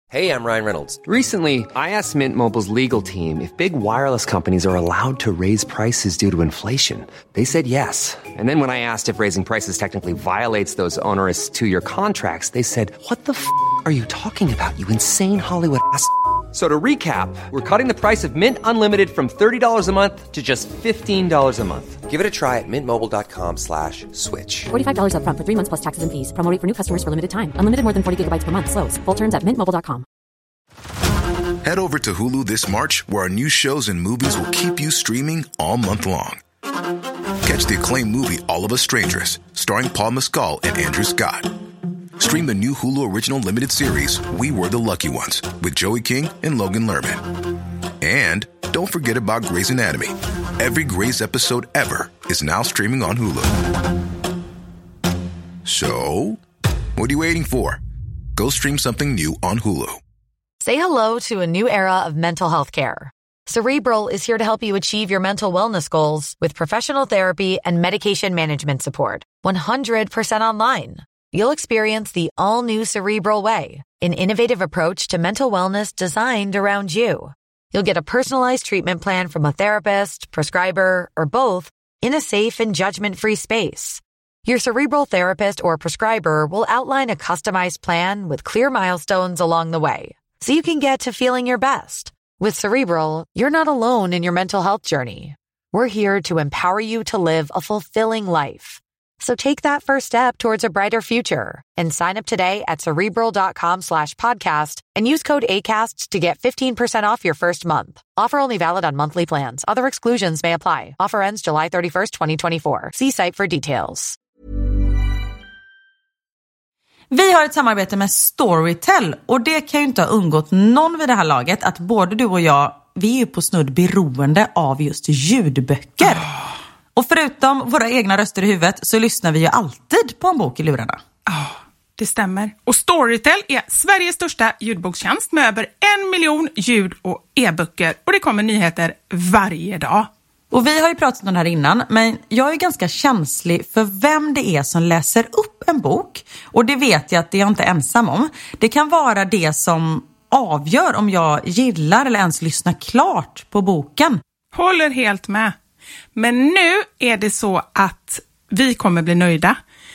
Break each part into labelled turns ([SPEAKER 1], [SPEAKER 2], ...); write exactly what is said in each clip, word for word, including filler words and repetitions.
[SPEAKER 1] Hey, I'm Ryan Reynolds.
[SPEAKER 2] Recently, I asked Mint Mobile's legal team if big wireless companies are allowed to raise prices due to inflation. They said yes. And then when I asked if raising prices technically violates those onerous two-year contracts, they said, what the f*** are you talking about, you insane Hollywood ass f- So to recap, we're cutting the price of Mint Unlimited from thirty dollars a month to just fifteen dollars a month.
[SPEAKER 1] Give it a try at mintmobile.com slash switch.
[SPEAKER 3] forty-five dollars up front for three months plus taxes and fees. Promo rate for new customers for limited time. Unlimited more than forty gigabytes per month. Slows full terms at mint mobile dot com.
[SPEAKER 4] Head over to Hulu this March, where our new shows and movies will keep you streaming all month long. Catch the acclaimed movie All of Us Strangers, starring Paul Mescal and Andrew Scott. Stream the new Hulu original limited series We Were the Lucky Ones with Joey King and Logan Lerman. And don't forget about Grey's Anatomy. Every Grey's episode ever is now streaming on Hulu. So, what are you waiting for? Go stream something new on Hulu.
[SPEAKER 5] Say hello to a new era of mental health care. Cerebral is here to help you achieve your mental wellness goals with professional therapy and medication management support. one hundred percent online. You'll experience the all-new Cerebral Way, an innovative approach to mental wellness designed around you. You'll get a personalized treatment plan from a therapist, prescriber, or both in a safe and judgment-free space. Your Cerebral therapist or prescriber will outline a customized plan with clear milestones along the way, so you can get to feeling your best. With Cerebral, you're not alone in your mental health journey. We're here to empower you to live a fulfilling life. So take that first step towards a brighter future and sign up today at Cerebral.com slash podcast and use code ACAST to get fifteen percent off your first month. Offer only valid on monthly plans. Other exclusions may apply. Offer ends July thirty-first, twenty twenty-four. See site for details.
[SPEAKER 6] Vi har ett samarbete med Storytel och det kan ju inte ha undgått någon vid det här laget att både du och jag, vi är ju på snudd beroende av just ljudböcker. Oh. Och förutom våra egna röster i huvudet så lyssnar vi ju alltid på en bok i lurarna.
[SPEAKER 7] Ja, oh, det stämmer. Och Storytel är Sveriges största ljudbokstjänst med över en miljon ljud- och e-böcker. Och det kommer nyheter varje dag.
[SPEAKER 6] Och vi har ju pratat om det här innan, men jag är ganska känslig för vem det är som läser upp en bok. Och det vet jag att det är jag inte ensam om. Det kan vara det som avgör om jag gillar eller ens lyssnar klart på boken.
[SPEAKER 7] Håller helt med. Men nu är det så att vi kommer bli nöjda.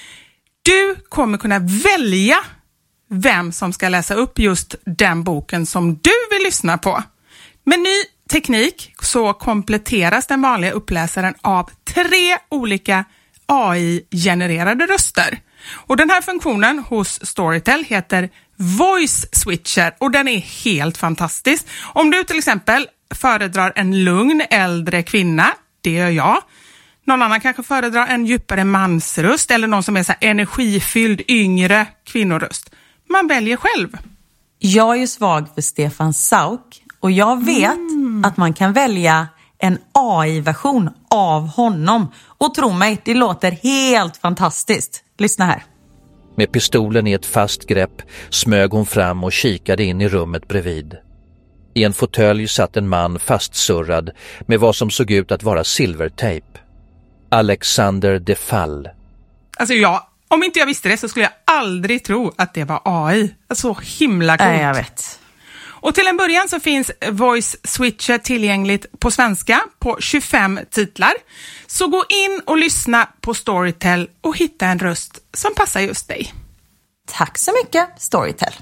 [SPEAKER 7] Du kommer kunna välja vem som ska läsa upp just den boken som du vill lyssna på. Med ny teknik så kompletteras den vanliga uppläsaren av tre olika A I-genererade röster. Och den här funktionen hos Storytel heter Voice Switcher och den är helt fantastisk. Om du till exempel föredrar en lugn äldre kvinna, det gör jag. Någon annan kanske föredrar en djupare mansröst eller någon som är så här energifylld yngre kvinnoröst. Man väljer själv.
[SPEAKER 6] Jag är ju svag för Stefan Sauk och jag vet mm. att man kan välja en A I-version av honom. Och tro mig, det låter helt fantastiskt. Lyssna här.
[SPEAKER 8] Med pistolen i ett fast grepp smög hon fram och kikade in i rummet bredvid. I en fåtölj satt en man fastsurrad med vad som såg ut att vara silvertejp. Alexander de Fall.
[SPEAKER 7] Alltså ja, om inte jag visste det så skulle jag aldrig tro att det var A I. Så himla coolt.
[SPEAKER 6] Nej, jag vet.
[SPEAKER 7] Och till en början så finns Voice Switcher tillgängligt på svenska på tjugofem titlar. Så gå in och lyssna på Storytel och hitta en röst som passar just dig.
[SPEAKER 6] Tack så mycket, Storytel.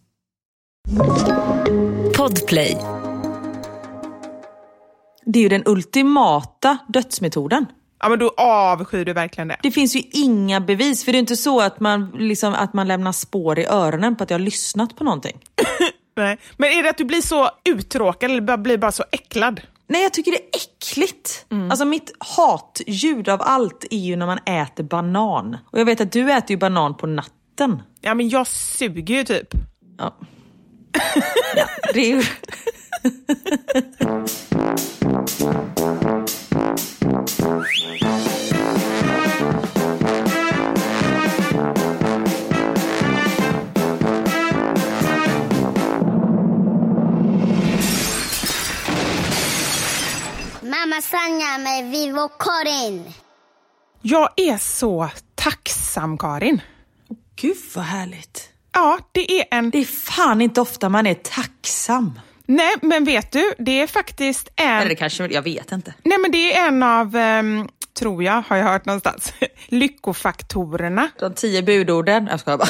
[SPEAKER 9] Podplay.
[SPEAKER 6] Det är ju den ultimata dödsmetoden.
[SPEAKER 7] Ja, men då avskyr du verkligen det.
[SPEAKER 6] Det finns ju inga bevis, för det är inte så att man, liksom, att man lämnar spår i öronen på att jag har lyssnat på någonting.
[SPEAKER 7] Nej. Men är det att du blir så uttråkad eller blir bara så äcklad?
[SPEAKER 6] Nej, jag tycker det är äckligt. Mm. Alltså mitt hatljud av allt är ju när man äter banan. Och jag vet att du äter ju banan på natten.
[SPEAKER 7] Ja, men jag suger ju typ.
[SPEAKER 6] Ja. Ja, det är ju...
[SPEAKER 10] Mamma Sanja med Vivo Karin.
[SPEAKER 7] Jag är så tacksam, Karin.
[SPEAKER 6] Gud vad härligt.
[SPEAKER 7] Ja, det är en...
[SPEAKER 6] Det är fan inte ofta man är tacksam.
[SPEAKER 7] Nej, men vet du, det är faktiskt en...
[SPEAKER 6] Eller det kanske, jag vet inte.
[SPEAKER 7] Nej, men det är en av, um, tror jag, har jag hört någonstans, lyckofaktorerna.
[SPEAKER 6] De tio budorden, jag ska bara...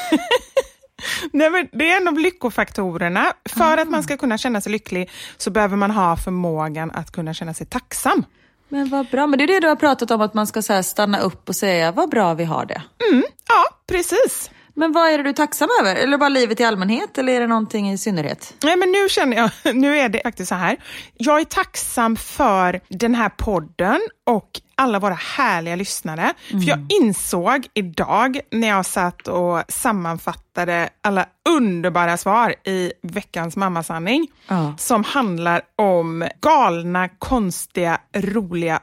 [SPEAKER 7] Nej, men det är en av lyckofaktorerna. För ah. att man ska kunna känna sig lycklig så behöver man ha förmågan att kunna känna sig tacksam.
[SPEAKER 6] Men vad bra, men det är det du har pratat om, att man ska så här stanna upp och säga vad bra vi har det.
[SPEAKER 7] Mm, ja, precis.
[SPEAKER 6] Men vad är det du är tacksam över? Eller bara livet i allmänhet, eller är det någonting i synnerhet?
[SPEAKER 7] Nej, men nu känner jag, nu är det faktiskt så här. Jag är tacksam för den här podden och alla våra härliga lyssnare. Mm. För jag insåg idag när jag satt och sammanfattade alla underbara svar i veckans mammasanning uh. som handlar om galna, konstiga, roliga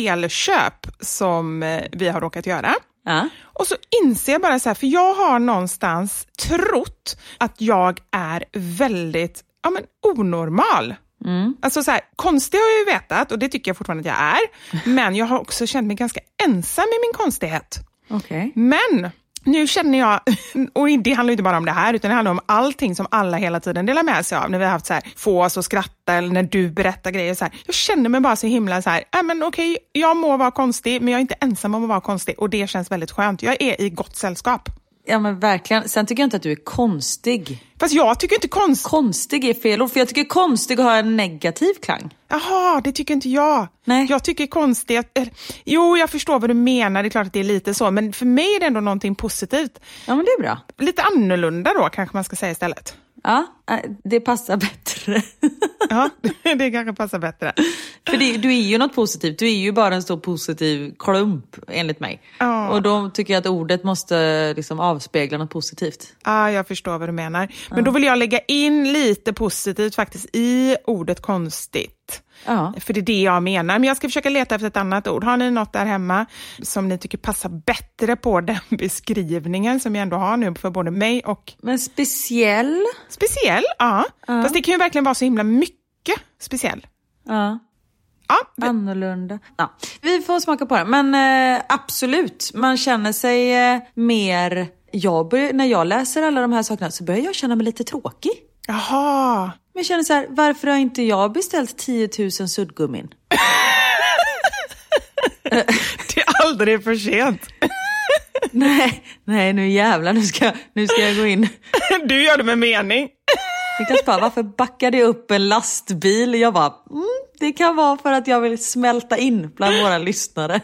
[SPEAKER 7] felköp som vi har råkat göra. Uh. Och så inser jag bara så här, för jag har någonstans trott att jag är väldigt ja, men, onormal. Mm. Alltså så här, konstig har jag ju vetat och det tycker jag fortfarande att jag är. Men jag har också känt mig ganska ensam i min konstighet.
[SPEAKER 6] Okay.
[SPEAKER 7] Men nu känner jag, och det handlar inte bara om det här utan det handlar om allting som alla hela tiden delar med sig av. När vi har haft så här, få oss att skratta eller när du berättar grejer så här. Jag känner mig bara så himla så här, äh, men okej, jag må vara konstig men jag är inte ensam om att vara konstig och det känns väldigt skönt. Jag är i gott sällskap.
[SPEAKER 6] Ja men verkligen. Sen tycker jag inte att du är konstig.
[SPEAKER 7] Fast jag tycker inte konst...
[SPEAKER 6] Konstig är fel ord, för jag tycker konstig har en negativ klang.
[SPEAKER 7] Jaha, det tycker inte jag.
[SPEAKER 6] Nej.
[SPEAKER 7] Jag tycker konstig att... Eller, jo, jag förstår vad du menar. Det är klart att det är lite så. Men för mig är det ändå någonting positivt.
[SPEAKER 6] Ja, men det är bra.
[SPEAKER 7] Lite annorlunda då, kanske man ska säga istället.
[SPEAKER 6] Ja, det passar bättre.
[SPEAKER 7] Ja, det kanske passar bättre.
[SPEAKER 6] För det, du är ju något positivt. Du är ju bara en stor positiv klump, enligt mig. Ja. Och då tycker jag att ordet måste liksom avspegla något positivt.
[SPEAKER 7] Ja, jag förstår vad du menar. Men ja. Då vill jag lägga in lite positivt faktiskt i ordet konstigt. Ja. För det är det jag menar. Men jag ska försöka leta efter ett annat ord. Har ni något där hemma som ni tycker passar bättre på den beskrivningen som jag ändå har nu för både mig och...
[SPEAKER 6] Men speciell?
[SPEAKER 7] Speciell, ja. ja. Fast det kan ju verkligen vara så himla mycket speciell.
[SPEAKER 6] Ja.
[SPEAKER 7] Ja.
[SPEAKER 6] Annorlunda. Ja. Vi får smaka på det. Men eh, absolut, man känner sig eh, mer... Jag börjar, när jag läser alla de här sakerna så börjar jag känna mig lite tråkig.
[SPEAKER 7] Jaha.
[SPEAKER 6] Men jag känner så här, varför har inte jag beställt tio tusen suddgummin?
[SPEAKER 7] Det är aldrig för sent.
[SPEAKER 6] nej, nej, nu jävlar, nu ska, nu ska jag gå in.
[SPEAKER 7] Du gör det med mening.
[SPEAKER 6] Niklas bara, varför backade jag upp en lastbil? Jag bara, mm, det kan vara för att jag vill smälta in bland våra lyssnare.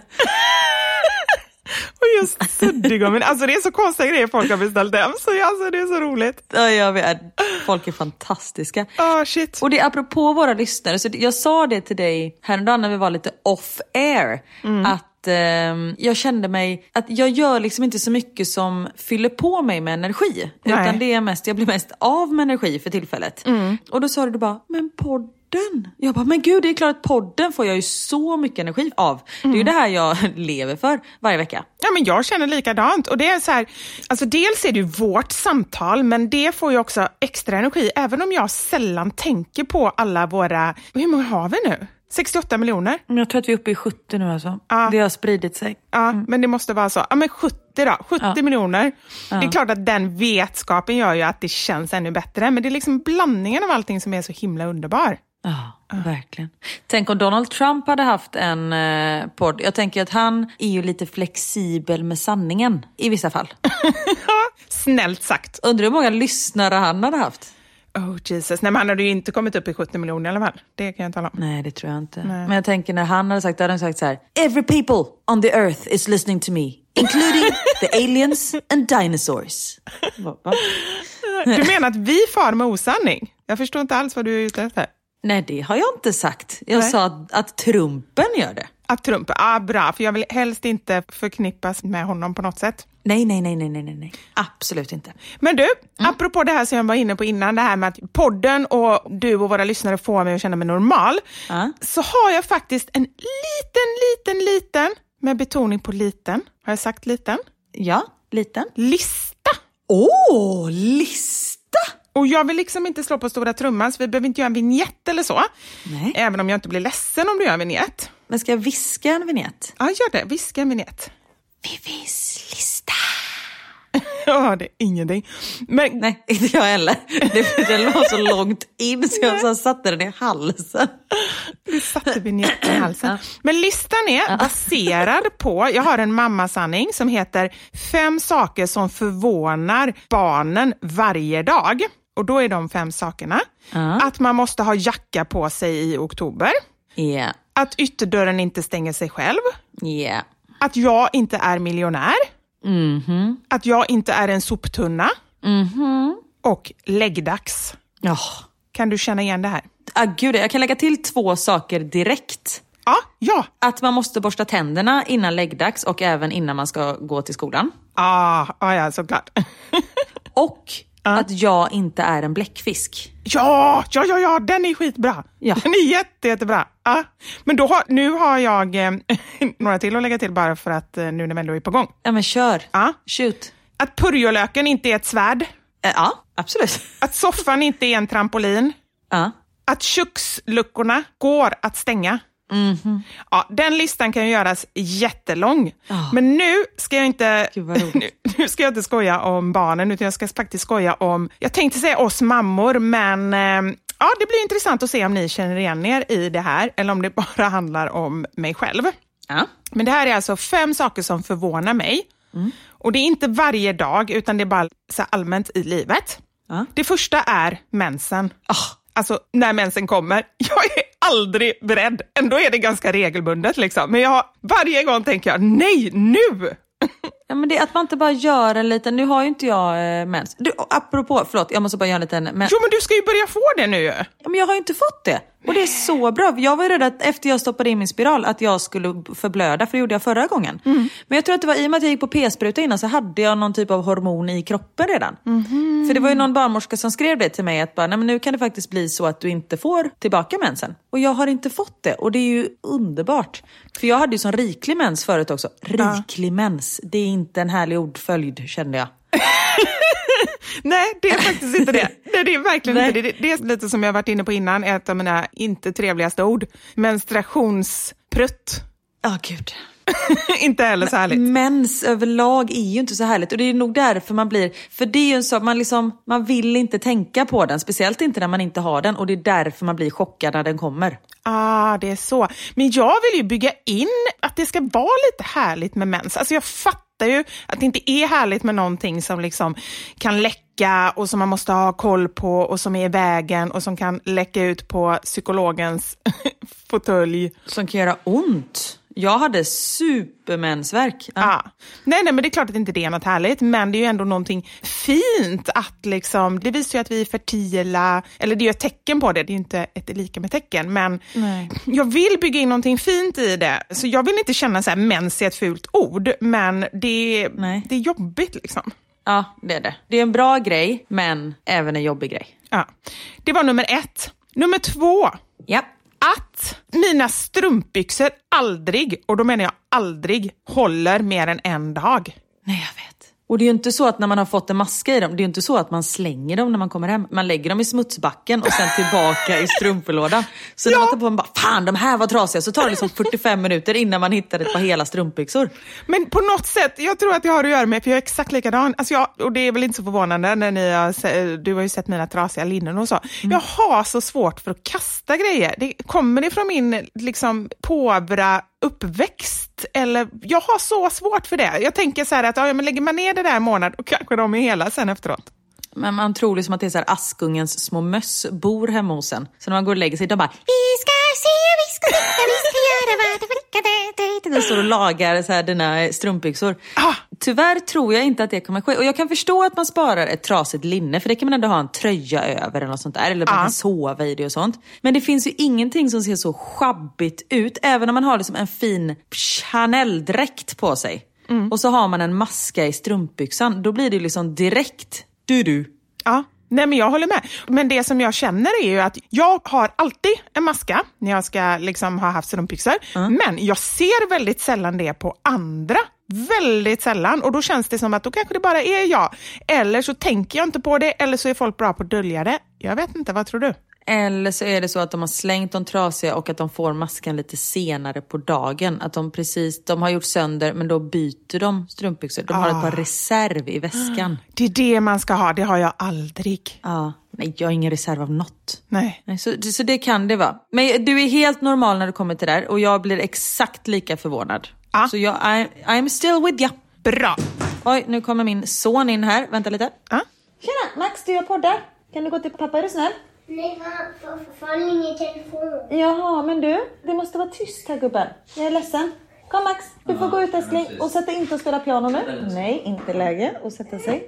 [SPEAKER 7] Och just suddgummin. Alltså det är så konstiga grejer folk har beställt dem. Så alltså, det är så roligt.
[SPEAKER 6] Ja, jag vet. Folk är fantastiska.
[SPEAKER 7] Oh, shit.
[SPEAKER 6] Och det är apropå våra lyssnare. Så jag sa det till dig häromdagen när vi var lite off air. Mm. Att eh, jag kände mig... Att jag gör liksom inte så mycket som fyller på mig med energi. Nej. Utan det är mest... Jag blir mest av med energi för tillfället. Mm. Och då sa du bara, men podd. Jag bara, men gud, det är klart att podden får jag ju så mycket energi av. Mm. Det är ju det här jag lever för varje vecka.
[SPEAKER 7] Ja, men jag känner likadant. Och det är så här, alltså dels är det ju vårt samtal, men det får ju också extra energi. Även om jag sällan tänker på alla våra, hur många har vi nu? sextioåtta miljoner.
[SPEAKER 6] Jag tror att vi är uppe i sjuttio nu alltså. Ja. Det har spridit sig.
[SPEAKER 7] Ja, mm. Men det måste vara så. Ja, men sjuttio då. sjuttio ja. miljoner. Ja. Det är klart att den vetskapen gör ju att det känns ännu bättre. Men det är liksom blandningen av allting som är så himla underbar.
[SPEAKER 6] Ja, oh, verkligen. Tänk om Donald Trump hade haft en eh, podd. Jag tänker att han är ju lite flexibel med sanningen i vissa fall.
[SPEAKER 7] Snällt sagt.
[SPEAKER 6] Undrar hur många lyssnare han hade haft.
[SPEAKER 7] Oh Jesus, nej men han hade ju inte kommit upp i sjuttio miljoner i alla fall. Det kan jag inte tala om.
[SPEAKER 6] Nej, det tror jag inte. Nej. Men jag tänker när han hade sagt, då hade han sagt så här: every people on the earth is listening to me, including the aliens and dinosaurs. Va? Va?
[SPEAKER 7] Du menar att vi far med osanning? Jag förstår inte alls vad du är ute efter.
[SPEAKER 6] Nej, det har jag inte sagt. Jag Nej. sa att, att Trumpen gör det.
[SPEAKER 7] Att Trumpen, ja ah, bra. För jag vill helst inte förknippas med honom på något sätt.
[SPEAKER 6] Nej, nej, nej, nej, nej, nej. Absolut inte.
[SPEAKER 7] Men du, mm. apropå det här som jag var inne på innan, det här med att podden och du och våra lyssnare får mig att känna mig normal. Uh. Så har jag faktiskt en liten, liten, liten, med betoning på liten. Har jag sagt liten?
[SPEAKER 6] Ja, liten.
[SPEAKER 7] Lista.
[SPEAKER 6] Åh, oh, lista.
[SPEAKER 7] Och jag vill liksom inte slå på stora trumman, så vi behöver inte göra en vignett eller så.
[SPEAKER 6] Nej.
[SPEAKER 7] Även om jag inte blir ledsen om du gör en vignett.
[SPEAKER 6] Men ska jag viska en vignett?
[SPEAKER 7] Ja, gör det. Viska en vignett.
[SPEAKER 6] Vivis lista.
[SPEAKER 7] Ja, det är ingenting. Men...
[SPEAKER 6] Nej, inte jag heller. Det, det låg så långt in så jag så satte den i halsen.
[SPEAKER 7] Du satte vinjetten i halsen. Men listan är baserad på, jag har en mammasanning som heter fem saker som förvånar barnen varje dag. Och då är de fem sakerna. Uh. Att man måste ha jacka på sig i oktober.
[SPEAKER 6] Yeah.
[SPEAKER 7] Att ytterdörren inte stänger sig själv.
[SPEAKER 6] Yeah.
[SPEAKER 7] Att jag inte är miljonär.
[SPEAKER 6] Mm-hmm.
[SPEAKER 7] Att jag inte är en soptunna.
[SPEAKER 6] Mm-hmm.
[SPEAKER 7] Och läggdags.
[SPEAKER 6] Oh.
[SPEAKER 7] Kan du känna igen det här?
[SPEAKER 6] Ah, gud, jag kan lägga till två saker direkt.
[SPEAKER 7] Ja, ja.
[SPEAKER 6] Att man måste borsta tänderna innan läggdags och även innan man ska gå till skolan.
[SPEAKER 7] Ah, ah ja, såklart.
[SPEAKER 6] Och ah. att jag inte är en bläckfisk.
[SPEAKER 7] Ja, ja, ja, ja, den är skitbra.
[SPEAKER 6] Ja.
[SPEAKER 7] Den är jätte, jättebra. Ja. Men då har, nu har jag eh, några till att lägga till bara för att eh, nu när vi ändå är på gång.
[SPEAKER 6] Ja, men kör.
[SPEAKER 7] Ja.
[SPEAKER 6] Shoot.
[SPEAKER 7] Att purjolöken inte är ett svärd.
[SPEAKER 6] Eh, ja, absolut.
[SPEAKER 7] Att soffan inte är en trampolin.
[SPEAKER 6] Ja.
[SPEAKER 7] Att köksluckorna går att stänga.
[SPEAKER 6] Mm-hmm.
[SPEAKER 7] Ja, den listan kan ju göras jättelång.
[SPEAKER 6] Oh.
[SPEAKER 7] Men nu ska jag inte
[SPEAKER 6] nu,
[SPEAKER 7] nu ska jag inte skoja om barnen, utan jag ska faktiskt skoja om, jag tänkte säga oss mammor, men eh, ja, det blir intressant att se om ni känner igen er i det här eller om det bara handlar om mig själv.
[SPEAKER 6] Ja.
[SPEAKER 7] Men det här är alltså fem saker som förvånar mig.
[SPEAKER 6] Mm.
[SPEAKER 7] Och det är inte varje dag, utan det är bara så allmänt i livet.
[SPEAKER 6] Ja.
[SPEAKER 7] Det första är mensen.
[SPEAKER 6] Oh.
[SPEAKER 7] Alltså, när mensen kommer. Jag är aldrig beredd. Ändå är det ganska regelbundet liksom. Men jag, varje gång tänker jag, nej, nu!
[SPEAKER 6] Ja, men det är att man inte bara gör en liten, nu har ju inte jag eh, mens. Du, apropå, förlåt, jag måste bara göra en liten. Men...
[SPEAKER 7] Jo, men du ska ju börja få det nu.
[SPEAKER 6] Ja, men jag har ju inte fått det. Och det är så bra. Jag var ju rädd att efter jag stoppade in min spiral att jag skulle förblöda, för det gjorde jag förra gången. Mm. Men jag tror att det var i och med att jag gick på p-spruta innan så hade jag någon typ av hormon i kroppen redan. Mm. För det var ju någon barnmorska som skrev det till mig att bara, nej, men nu kan det faktiskt bli så att du inte får tillbaka mensen. Och jag har inte fått det. Och det är ju underbart. För jag hade ju sån riklig mens förut också. Riklig ja. mens. Det är inte en härlig ordföljd, kände jag.
[SPEAKER 7] Nej, det är faktiskt inte det. Nej, det är verkligen Nej. inte det. Det är lite som jag varit inne på innan, ett av mina inte trevligaste ord. Menstruationsprutt.
[SPEAKER 6] Ja, oh, gud.
[SPEAKER 7] Inte heller så härligt.
[SPEAKER 6] Mens överlag är ju inte så härligt. Och det är nog därför man blir... För det är ju en sak, man, liksom, man vill inte tänka på den. Speciellt inte när man inte har den. Och det är därför man blir chockad när den kommer.
[SPEAKER 7] Ah, det är så. Men jag vill ju bygga in att det ska vara lite härligt med mens. Alltså jag fattar ju att det inte är härligt med någonting som liksom kan läcka och som man måste ha koll på och som är i vägen och som kan läcka ut på psykologens fåtölj.
[SPEAKER 6] Som kan göra ont. Jag hade supermensvärk. Ja.
[SPEAKER 7] Ah. Nej, nej, men det är klart att inte det är något härligt. Men det är ju ändå någonting fint att liksom, det visar ju att vi är fertila. Eller det är ju ett tecken på det. Det är ju inte ett lika med tecken. Men nej. Jag vill bygga in någonting fint i det. Så jag vill inte känna så här, mens är ett fult ord. Men det, det är jobbigt liksom.
[SPEAKER 6] Ja, det är det. Det är en bra grej, men även en jobbig grej.
[SPEAKER 7] Ja. Det var nummer ett. Nummer två.
[SPEAKER 6] Ja.
[SPEAKER 7] Att mina strumpbyxor aldrig, och då menar jag aldrig, håller mer än en dag.
[SPEAKER 6] Nej, jag vet. Och det är ju inte så att när man har fått en maska i dem, det är ju inte så att man slänger dem när man kommer hem. Man lägger dem i smutsbacken och sen tillbaka i strumpelådan. Så ja. När man tar på dem bara, fan de här var trasiga, så tar det liksom fyrtiofem minuter innan man hittar ett par hela strumpbyxor.
[SPEAKER 7] Men på något sätt, jag tror att det har att göra med, för jag är exakt likadan. Alltså jag, och det är väl inte så förvånande när ni har, du har ju sett mina trasiga linnen och så. Mm. Jag har så svårt för att kasta grejer. Det kommer det från min liksom påbra uppväxt, eller jag har så svårt för det. Jag tänker så här att ja, men lägger man ner det där månad och kanske de är hela sen efteråt.
[SPEAKER 6] Men man tror liksom att det är så här Askungens små möss bor hemma hos en. Så när man går och lägger sig, de bara, vi ska se, vi ska titta, vi ska göra vad det de står och lagar så här dina strumpbyxor.
[SPEAKER 7] Ah.
[SPEAKER 6] Tyvärr tror jag inte att det kommer ske. Och jag kan förstå att man sparar ett trasigt linne, för det kan man ändå ha en tröja över eller något sånt där. Eller man ah. kan sova i det och sånt. Men det finns ju ingenting som ser så schabbigt ut. Även om man har liksom en fin Chanel-dräkt på sig. Mm. Och så har man en maska i strumpbyxan. Då blir det liksom direkt du-du.
[SPEAKER 7] Ja. Nej, men jag håller med. Men det som jag känner är ju att jag har alltid en maska när jag ska liksom ha haft strumpbyxor. Mm. Men jag ser väldigt sällan det på andra. Väldigt sällan. Och då känns det som att då kanske det bara är jag. Eller så tänker jag inte på det. Eller så är folk bra på att dölja det. Jag vet inte, vad tror du?
[SPEAKER 6] Eller så är det så att de har slängt de trasiga och att de får masken lite senare på dagen. Att de precis, de har gjort sönder men då byter de strumpbyxor. De har
[SPEAKER 7] Ah.
[SPEAKER 6] ett par reserv i väskan.
[SPEAKER 7] Det är det man ska ha, det har jag aldrig.
[SPEAKER 6] Ja, nej jag har ingen reserv av något.
[SPEAKER 7] Nej.
[SPEAKER 6] Nej, så, så det kan det vara. Men du är helt normal när du kommer till det där och jag blir exakt lika förvånad.
[SPEAKER 7] Ja.
[SPEAKER 6] Så jag I, I'm still with you.
[SPEAKER 7] Bra.
[SPEAKER 6] Oj, nu kommer min son in här. Vänta lite.
[SPEAKER 7] Ja.
[SPEAKER 6] Tjena, Max, du gör poddar. Kan du gå till pappa, är du snäll?
[SPEAKER 10] Nej, för fortfarande ingen telefon.
[SPEAKER 6] Jaha, men du, det måste vara tyst här gubben. Jag är ledsen. Kom Max, du får gå ut älskling och sätta inte och spela piano nu. Nej, inte läge att sätta sig.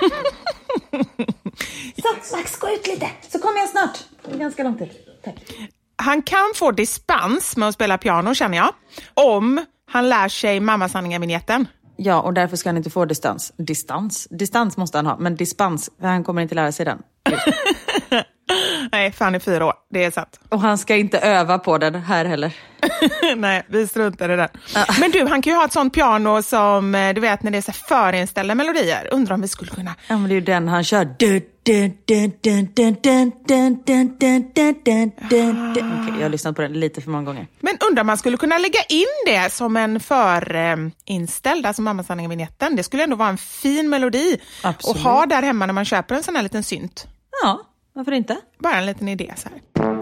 [SPEAKER 6] Så, Max, gå ut lite. Så kommer jag snart. Det är ganska långt ut. Tack.
[SPEAKER 7] Han kan få dispens med att spela piano, känner jag. Om han lär sig mammasanningar-vinjetten.
[SPEAKER 6] Ja, och därför ska han inte få distans. Distans? Distans måste han ha, men dispens, för han kommer inte lära sig den.
[SPEAKER 7] Nej, fan är fyra år. Det är sant.
[SPEAKER 6] Och han ska inte öva på den här heller.
[SPEAKER 7] Nej, vi struntar i det. Men du, han kan ju ha ett sånt piano som, du vet, när det är så förinställda melodier. Undrar om vi skulle kunna...
[SPEAKER 6] Ja, men det är ju den han kör. Du, du, du, du, du, du, du, du, du, du, du, du. Okej, jag har lyssnat på den lite för många gånger.
[SPEAKER 7] Men undrar om man skulle kunna lägga in det som en förinställd, alltså mammasanningar-vinjetten. Det skulle ändå vara en fin melodi.
[SPEAKER 6] Absolut.
[SPEAKER 7] Och ha där hemma när man köper en sån här liten synt.
[SPEAKER 6] Ja, varför inte?
[SPEAKER 7] Bara en liten idé så här.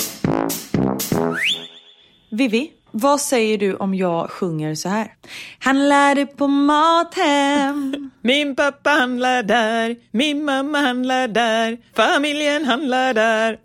[SPEAKER 6] Vivi, vad säger du om jag sjunger så här? Han lärde på Mathem.
[SPEAKER 7] Min pappa handlar där, min mamma handlar där, familjen handlar där.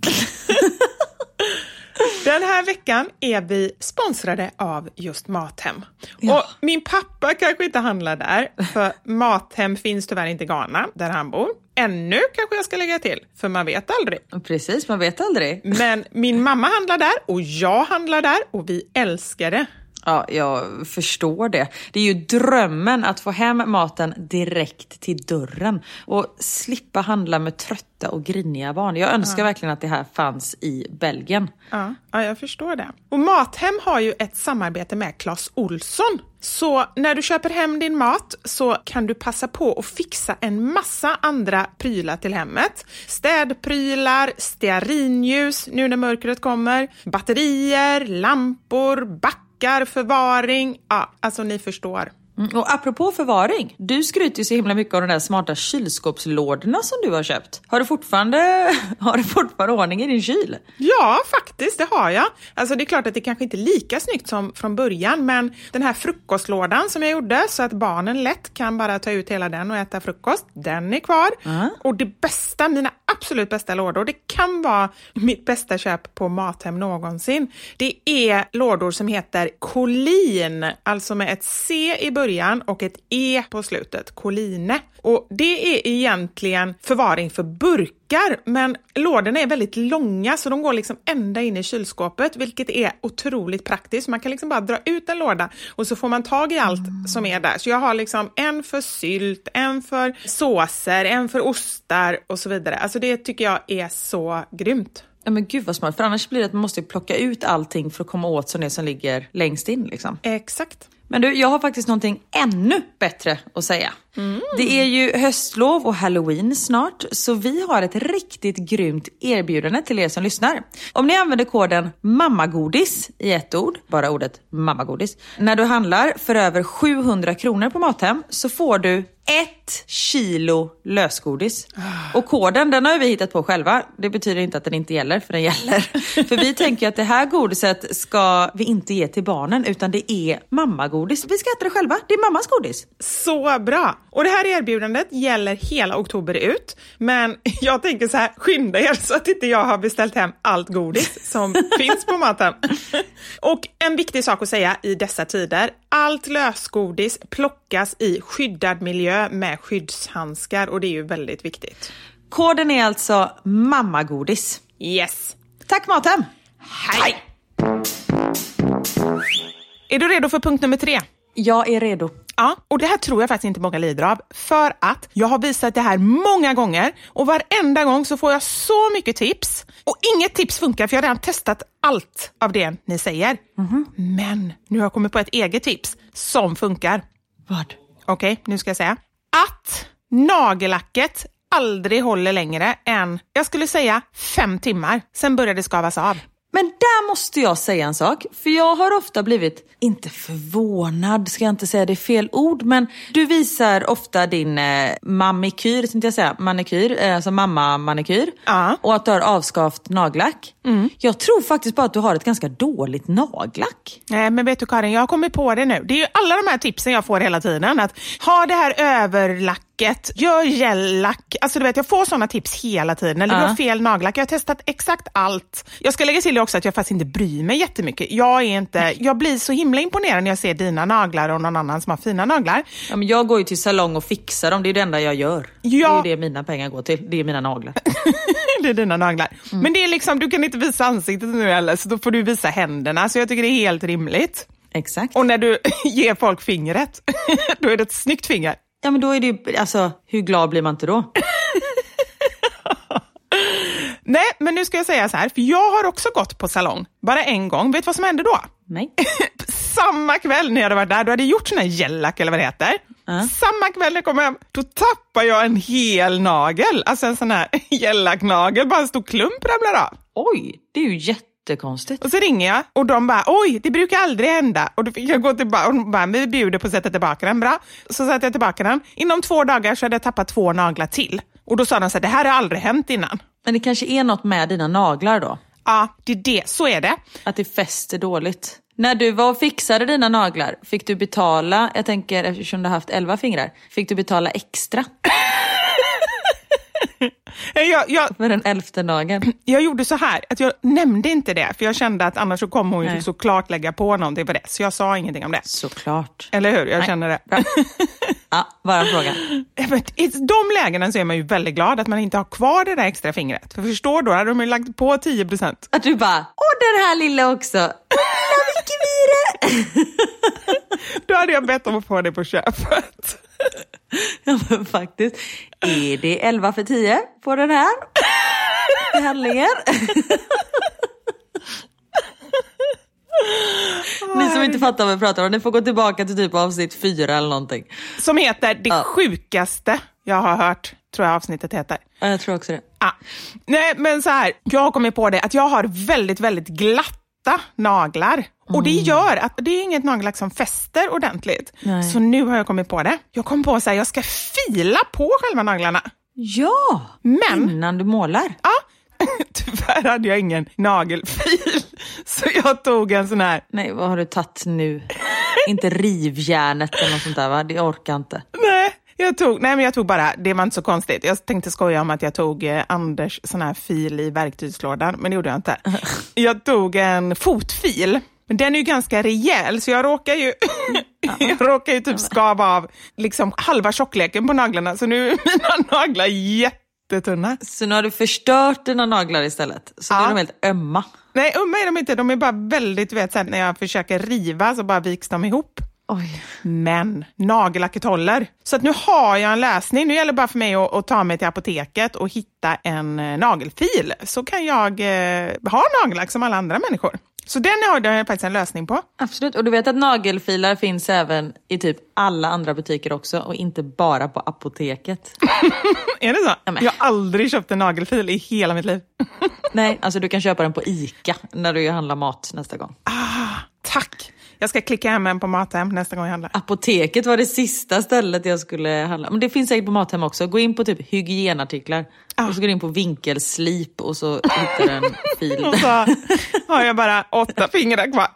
[SPEAKER 7] Den här veckan är vi sponsrade av just Mathem.
[SPEAKER 6] Ja.
[SPEAKER 7] Och min pappa kanske inte handlar där, för Mathem finns tyvärr inte i Ghana, där han bor. Ännu kanske jag ska lägga till, för man vet aldrig.
[SPEAKER 6] Precis, man vet aldrig.
[SPEAKER 7] Men min mamma handlar där och jag handlar där och vi älskar det.
[SPEAKER 6] Ja, jag förstår det. Det är ju drömmen att få hem maten direkt till dörren och slippa handla med trötta och griniga barn. Jag önskar ja. verkligen att det här fanns i Belgien.
[SPEAKER 7] Ja, ja, jag förstår det. Och Mathem har ju ett samarbete med Clas Ohlson. Så när du köper hem din mat så kan du passa på att fixa en massa andra prylar till hemmet. Städprylar, stearinljus nu när mörkret kommer, batterier, lampor, backar, förvaring. Ja, alltså ni förstår.
[SPEAKER 6] Mm, och apropå förvaring, du skryter ju så himla mycket av de där smarta kylskåpslådorna som du har köpt. Har du fortfarande, har du fortfarande ordning i din kyl?
[SPEAKER 7] Ja, faktiskt, det har jag. Alltså det är klart att det kanske inte är lika snyggt som från början, men den här frukostlådan som jag gjorde så att barnen lätt kan bara ta ut hela den och äta frukost, den är kvar. Uh-huh. Och det bästa, mina absolut bästa lådor, det kan vara mitt bästa köp på Mathem någonsin. Det är lådor som heter Colin, alltså med ett C i början och ett E på slutet, Coline. Och det är egentligen förvaring för burkar, men lådorna är väldigt långa så de går liksom ända in i kylskåpet, vilket är otroligt praktiskt. Man kan liksom bara dra ut en låda och så får man tag i allt mm. som är där. Så jag har liksom en för sylt, en för såser, en för ostar och så vidare. Alltså det tycker jag är så grymt.
[SPEAKER 6] Ja men gud vad smart, för annars blir det att man måste plocka ut allting för att komma åt som det som ligger längst in liksom.
[SPEAKER 7] Exakt.
[SPEAKER 6] Men du, jag har faktiskt någonting ännu bättre att säga. Mm. Det är ju höstlov och Halloween snart, så vi har ett riktigt grymt erbjudande till er som lyssnar. Om ni använder koden mammagodis i ett ord, bara ordet mammagodis, när du handlar för över sjuhundra kronor på Mathem så får du ett kilo lösgodis. Och koden, den har vi hittat på själva. Det betyder inte att den inte gäller, för den gäller. För vi tänker att det här godiset ska vi inte ge till barnen, utan det är mammagodis. Vi ska äta det själva, det är mammas godis.
[SPEAKER 7] Så bra! Och det här erbjudandet gäller hela oktober ut. Men jag tänker så här, skynda er så att inte jag har beställt hem allt godis som finns på Mathem. Och en viktig sak att säga i dessa tider, allt lösgodis plockas i skyddad miljö med skyddshandskar, och det är ju väldigt viktigt.
[SPEAKER 6] Koden är alltså mammagodis.
[SPEAKER 7] Yes.
[SPEAKER 6] Tack Mathem.
[SPEAKER 7] Hej. Hej. Är du redo för punkt nummer tre?
[SPEAKER 6] Jag är redo.
[SPEAKER 7] Ja, och det här tror jag faktiskt inte många lider av, för att jag har visat det här många gånger och varenda gång så får jag så mycket tips. Och inget tips funkar, för jag har redan testat allt av det ni säger. Mm-hmm. Men nu har jag kommit på ett eget tips som funkar.
[SPEAKER 6] Vad?
[SPEAKER 7] Okej, okay, nu ska jag säga. Att nagellacket aldrig håller längre än, jag skulle säga, fem timmar. Sen börjar det skavas av.
[SPEAKER 6] Men där måste jag säga en sak. För jag har ofta blivit, inte förvånad, ska jag inte säga det är fel ord. Men du visar ofta din eh, mamikyr, tänkte jag säga. Manikyr, eh, alltså mamma-manikyr.
[SPEAKER 7] Ja.
[SPEAKER 6] Och att du har avskavt nagellack. Mm. Jag tror faktiskt bara att du har ett ganska dåligt nagellack.
[SPEAKER 7] Nej, men vet du Karin, jag har kommit på det nu. Det är ju alla de här tipsen jag får hela tiden. Att ha det här överlacket, gör gellack. Alltså du vet, jag får sådana tips hela tiden. Eller
[SPEAKER 6] Ja.
[SPEAKER 7] du har fel nagellack. Jag har testat exakt allt. Jag ska lägga till också att jag faktiskt inte bryr mig jättemycket. Jag är inte, jag blir så himla imponerad när jag ser dina naglar och någon annan som har fina naglar.
[SPEAKER 6] Ja, men jag går ju till salong och fixar dem. Det är det enda jag gör.
[SPEAKER 7] Ja.
[SPEAKER 6] Det är det mina pengar går till. Det är mina naglar.
[SPEAKER 7] Det är dina naglar. Mm. Men det är liksom, du kan inte visa ansiktet nu heller, så då får du visa händerna. Så jag tycker det är helt rimligt.
[SPEAKER 6] Exakt.
[SPEAKER 7] Och när du ger folk fingret, då är det ett snyggt finger.
[SPEAKER 6] Ja, men då är det ju, alltså, hur glad blir man inte då?
[SPEAKER 7] Nej, men nu ska jag säga så här, för jag har också gått på salong. Bara en gång. Vet du vad som hände då?
[SPEAKER 6] Nej.
[SPEAKER 7] Samma kväll när jag hade varit där, du hade gjort sån här gellack eller vad det heter. Uh. Samma kväll när jag kom hem, då tappade jag en hel nagel. Alltså en sån här gellacknagel, bara en stor klump ramlar av.
[SPEAKER 6] Oj, det är ju jättekonstigt.
[SPEAKER 7] Och så ringer jag och de bara, oj, det brukar aldrig hända. Och då fick jag gå tillbaka och de bara, vi bjuder på att sätta tillbaka den. Bra, så satte jag tillbaka den. Inom två dagar så hade jag tappat två naglar till. Och då sa de så här, det här har aldrig hänt innan.
[SPEAKER 6] Men det kanske är något med dina naglar då?
[SPEAKER 7] Ja, det är det. Så är det.
[SPEAKER 6] Att det fäster dåligt. När du var och fixade dina naglar, fick du betala, jag tänker eftersom du har haft elva fingrar, fick du betala extra?
[SPEAKER 7] jag, jag,
[SPEAKER 6] För den elfte nageln.
[SPEAKER 7] Jag gjorde så här, att jag nämnde inte det. För jag kände att annars så kommer hon ju
[SPEAKER 6] Nej.
[SPEAKER 7] såklart lägga på någonting på det. Så jag sa ingenting om det.
[SPEAKER 6] Såklart.
[SPEAKER 7] Eller hur? Jag
[SPEAKER 6] Nej.
[SPEAKER 7] känner det.
[SPEAKER 6] Bra. Ja, bara en fråga.
[SPEAKER 7] Men i de lägena så är man ju väldigt glad att man inte har kvar det där extra fingret. För förstår då, hade de ju lagt på tio procent.
[SPEAKER 6] Att du bara, åh den här lilla också. Åh vilken vire.
[SPEAKER 7] Då hade jag bett om att få det på köpet.
[SPEAKER 6] Ja men faktiskt. Är det elva för tio på den här handlingen? Ni som inte fattar vad vi pratar om, ni får gå tillbaka till typ avsnitt fyra eller någonting.
[SPEAKER 7] Som heter Det
[SPEAKER 6] ja.
[SPEAKER 7] sjukaste jag har hört, tror jag avsnittet heter.
[SPEAKER 6] Ja, jag tror också det.
[SPEAKER 7] Ah. Nej, men så här, jag har kommit på det att jag har väldigt, väldigt glatta naglar. Mm. Och det gör att det är inget nagellack som fäster ordentligt.
[SPEAKER 6] Nej.
[SPEAKER 7] Så nu har jag kommit på det. Jag kom på att jag ska fila på själva naglarna.
[SPEAKER 6] Ja,
[SPEAKER 7] men
[SPEAKER 6] innan du målar.
[SPEAKER 7] Ja, tyvärr hade jag ingen nagelfil. Så jag tog en sån här.
[SPEAKER 6] Nej, vad har du tagit nu? Inte rivjärnet eller något sånt där, va? Det orkar inte.
[SPEAKER 7] Nej, jag tog, nej men jag tog bara, det var inte så konstigt. Jag tänkte skoja om att jag tog eh, Anders sån här fil i verktygslådan, men det gjorde jag inte. Jag tog en fotfil. Men den är ju ganska rejäl, så jag råkar ju jag råkar ju typ skava av liksom halva tjockleken på naglarna. Så nu är mina naglar jättetunna.
[SPEAKER 6] Så nu har du förstört dina naglar istället. Så
[SPEAKER 7] ja.
[SPEAKER 6] nu är de helt ömma.
[SPEAKER 7] Nej, ömma är de inte. De är bara väldigt, vet sen när jag försöker riva så bara viks de ihop.
[SPEAKER 6] Oj.
[SPEAKER 7] Men nagellacket håller. Så att nu har jag en lösning. Nu gäller det bara för mig att, att ta mig till apoteket och hitta en eh, nagelfil. Så kan jag eh, ha nagellack som alla andra människor. Så den har jag faktiskt en lösning på.
[SPEAKER 6] Absolut, och du vet att nagelfilar finns även i typ alla andra butiker också. Och inte bara på apoteket.
[SPEAKER 7] Är det så?
[SPEAKER 6] Ja,
[SPEAKER 7] jag har aldrig köpt en nagelfil i hela mitt liv.
[SPEAKER 6] Nej, alltså du kan köpa den på ICA när du handlar mat nästa gång.
[SPEAKER 7] Ah, tack! Jag ska klicka hem en på Mathem nästa gång jag handlar.
[SPEAKER 6] Apoteket var det sista stället jag skulle handla. Men det finns säkert på Mathem också. Gå in på typ hygienartiklar. Ah. Och så går du in på vinkelslip och så hittar du en fil.
[SPEAKER 7] Och så har jag bara åtta fingrar kvar.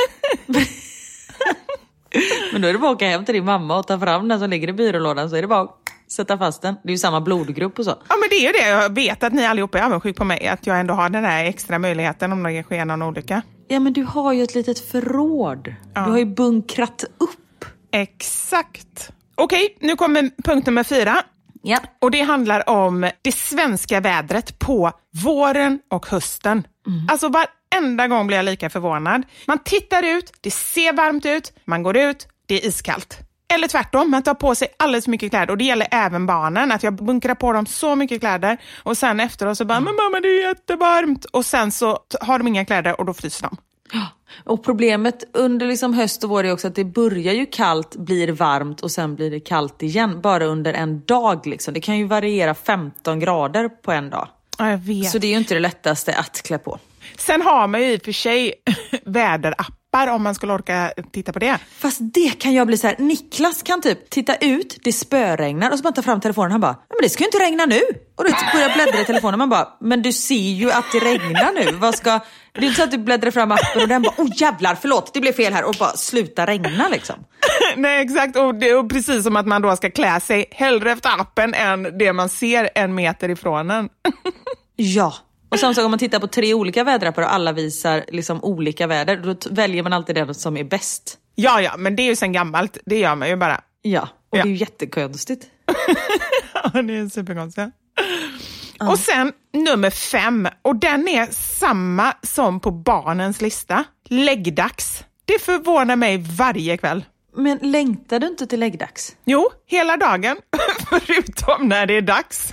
[SPEAKER 6] Men då är det bara att åka hem till din mamma och ta fram den som ligger i byrålådan. Så är det bara att sätta fast den. Det är ju samma blodgrupp och så.
[SPEAKER 7] Ja, men det är ju det. Jag vet att ni allihopa är avundsjuk på mig. Att jag ändå har den här extra möjligheten om det sker någon olycka.
[SPEAKER 6] Ja, men du har ju ett litet förråd.
[SPEAKER 7] Ja.
[SPEAKER 6] Du har ju bunkrat upp.
[SPEAKER 7] Exakt. Okej, nu kommer punkt nummer fyra.
[SPEAKER 6] Ja.
[SPEAKER 7] Och det handlar om det svenska vädret på våren och hösten. Mm. Alltså varenda gång blir jag lika förvånad. Man tittar ut, det ser varmt ut. Man går ut, det är iskallt. Eller tvärtom, man tar på sig alldeles för mycket kläder. Och det gäller även barnen. Att jag bunkrar på dem så mycket kläder. Och sen efteråt så bara, men mamma det är jättevarmt. Och sen så har de inga kläder och då fryser de.
[SPEAKER 6] Och problemet under liksom höst och vår är också att det börjar ju kallt, blir varmt och sen blir det kallt igen. Bara under en dag liksom. Det kan ju variera femton grader på en dag.
[SPEAKER 7] Ja, jag vet.
[SPEAKER 6] Så det är ju inte det lättaste att klä på.
[SPEAKER 7] Sen har man ju i och för sig väderappar om man skulle orka titta på det.
[SPEAKER 6] Fast det kan jag bli så här. Niklas kan typ titta ut, det spöregnar och så bara ta fram telefonen. Han bara, men det ska ju inte regna nu. Och då börjar bläddra i telefonen. Man bara, men du ser ju att det regnar nu. Vad ska... Det är inte så att du bläddrar fram appen och den bara, åh oh, jävlar, förlåt, det blev fel här. Och bara sluta regna liksom.
[SPEAKER 7] Nej, exakt. Och det är precis som att man då ska klä sig hellre efter appen än det man ser en meter ifrån en.
[SPEAKER 6] Ja. Och sen så om man tittar på tre olika väderappar och alla visar liksom olika väder, då t- väljer man alltid det som är bäst.
[SPEAKER 7] Ja, ja, men det är ju sen gammalt. Det gör man ju bara.
[SPEAKER 6] Ja, och
[SPEAKER 7] ja.
[SPEAKER 6] Det är ju jättekonstigt.
[SPEAKER 7] Ja, det är superkonstigt. Ja. Och sen nummer fem, och den är samma som på barnens lista. Läggdags. Det förvånar mig varje kväll.
[SPEAKER 6] Men längtar du inte till läggdags?
[SPEAKER 7] Jo, hela dagen. Förutom när det är dags.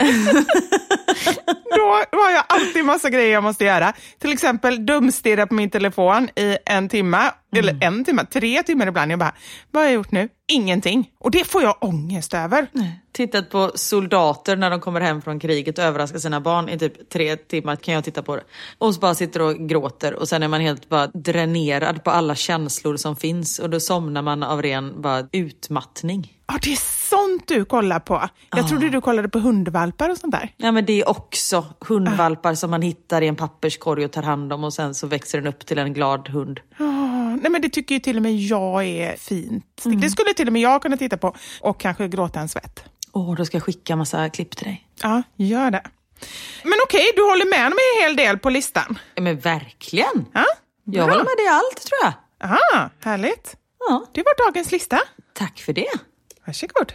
[SPEAKER 7] Då har jag alltid massa grejer jag måste göra. Till exempel dumstirra på min telefon i en timme. Mm. Eller en timme, tre timmar ibland. Jag bara, vad har jag gjort nu? Ingenting. Och det får jag ångest över.
[SPEAKER 6] Nej. Tittat på soldater när de kommer hem från kriget och överraskar sina barn i typ tre timmar kan jag titta på det. Och så bara sitter och gråter och sen är man helt bara dränerad på alla känslor som finns och då somnar man av ren bara utmattning.
[SPEAKER 7] Ja, det är sånt du kollar på. Jag ah. trodde du kollade på hundvalpar och sånt där.
[SPEAKER 6] Ja, men det är också hundvalpar ah. som man hittar i en papperskorg och tar hand om och sen så växer den upp till en glad hund.
[SPEAKER 7] Ah, nej, men det tycker ju till och med jag är fint. Mm. Det skulle till och med jag kunna titta på och kanske gråta en svett.
[SPEAKER 6] Åh, oh, då ska jag skicka massa klipp till dig.
[SPEAKER 7] Ja, gör det. Men okej, du håller med om en hel del på listan.
[SPEAKER 6] Men verkligen.
[SPEAKER 7] Ja,
[SPEAKER 6] jag håller med dig i allt, tror jag.
[SPEAKER 7] Aha, härligt.
[SPEAKER 6] Ja.
[SPEAKER 7] Det var dagens lista.
[SPEAKER 6] Tack för det.
[SPEAKER 7] Varsågod.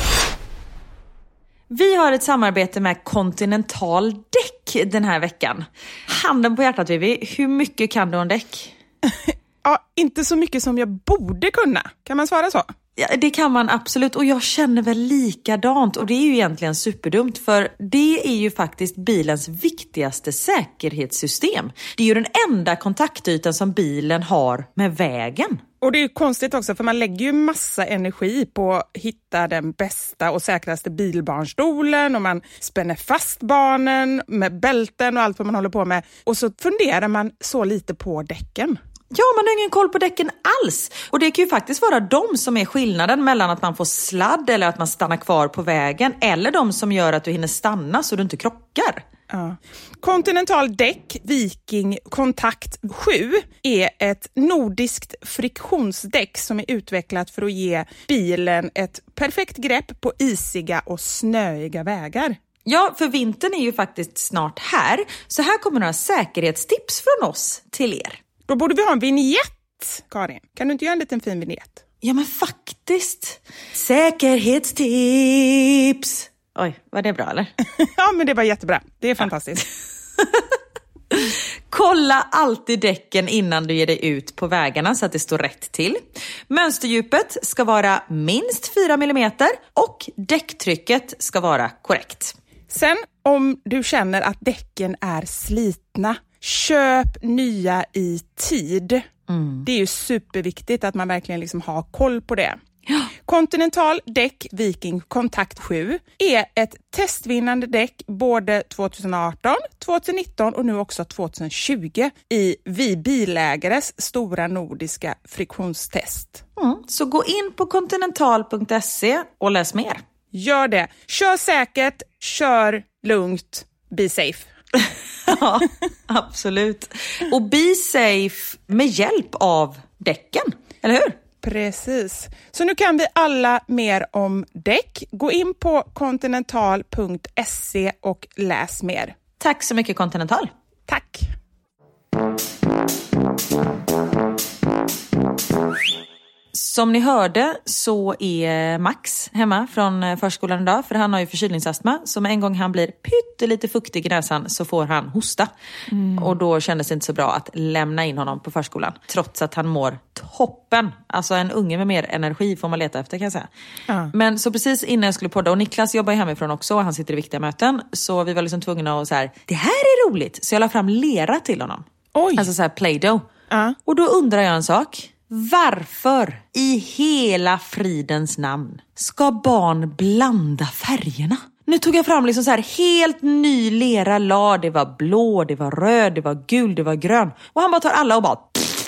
[SPEAKER 6] Vi har ett samarbete med Continental däck den här veckan. Handen på hjärtat, Vivi. Hur mycket kan du om däck?
[SPEAKER 7] Ja, inte så mycket som jag borde kunna. Kan man svara så?
[SPEAKER 6] Ja, det kan man absolut och jag känner väl likadant och det är ju egentligen superdumt för det är ju faktiskt bilens viktigaste säkerhetssystem. Det är ju den enda kontaktytan som bilen har med vägen.
[SPEAKER 7] Och det är ju konstigt också för man lägger ju massa energi på att hitta den bästa och säkraste bilbarnstolen och man spänner fast barnen med bälten och allt vad man håller på med och så funderar man så lite på däcken.
[SPEAKER 6] Ja, man har ingen koll på däcken alls. Och det kan ju faktiskt vara de som är skillnaden mellan att man får sladd eller att man stannar kvar på vägen. Eller de som gör att du hinner stanna så du inte krockar.
[SPEAKER 7] Ja. Continental däck Viking Kontakt sju är ett nordiskt friktionsdäck som är utvecklat för att ge bilen ett perfekt grepp på isiga och snöiga vägar.
[SPEAKER 6] Ja, för vintern är ju faktiskt snart här. Så här kommer några säkerhetstips från oss till er.
[SPEAKER 7] Då borde vi ha en vignett, Karin. Kan du inte göra en liten fin vignett?
[SPEAKER 6] Ja, men faktiskt. Säkerhetstips. Oj, var det bra eller?
[SPEAKER 7] Ja, men det var jättebra. Det är fantastiskt.
[SPEAKER 6] Kolla alltid däcken innan du ger dig ut på vägarna så att det står rätt till. Mönsterdjupet ska vara minst fyra millimeter och däcktrycket ska vara korrekt.
[SPEAKER 7] Sen om du känner att däcken är slitna, köp nya i tid. Mm. Det är ju superviktigt att man verkligen liksom har koll på det. Ja. Continental däck Viking Kontakt sju är ett testvinnande däck både tjugoarton, tjugonitton och nu också tjugohundratjugo i vi bilägares stora nordiska friktionstest.
[SPEAKER 6] Mm. Så gå in på continental punkt se och läs mer.
[SPEAKER 7] Gör det. Kör säkert, kör lugnt, be safe.
[SPEAKER 6] Ja, absolut. Och be safe med hjälp av däcken, eller hur?
[SPEAKER 7] Precis. Så nu kan vi alla mer om däck. Gå in på continental punkt se och läs mer.
[SPEAKER 6] Tack så mycket Continental.
[SPEAKER 7] Tack.
[SPEAKER 6] Som ni hörde så är Max hemma från förskolan idag för han har ju förkylningsastma. Så en gång han blir pyttelite fuktig i näsan så får han hosta. Mm. Och då kändes det inte så bra att lämna in honom på förskolan. Trots att han mår toppen. Alltså en unge med mer energi får man leta efter kan jag säga. Mm. Men så precis innan jag skulle podda och Niklas jobbar ju hemifrån också och han sitter i viktiga möten. Så vi var liksom tvungna att så här, det här är roligt. Så jag la fram lera till honom.
[SPEAKER 7] Oj.
[SPEAKER 6] Alltså så här Play-Doh.
[SPEAKER 7] Uh.
[SPEAKER 6] Och då undrar jag en sak. Varför i hela fridens namn ska barn blanda färgerna? Nu tog jag fram liksom så här helt ny lera la. Det var blå, det var röd, det var gul, det var grön. Och han bara tar alla och bara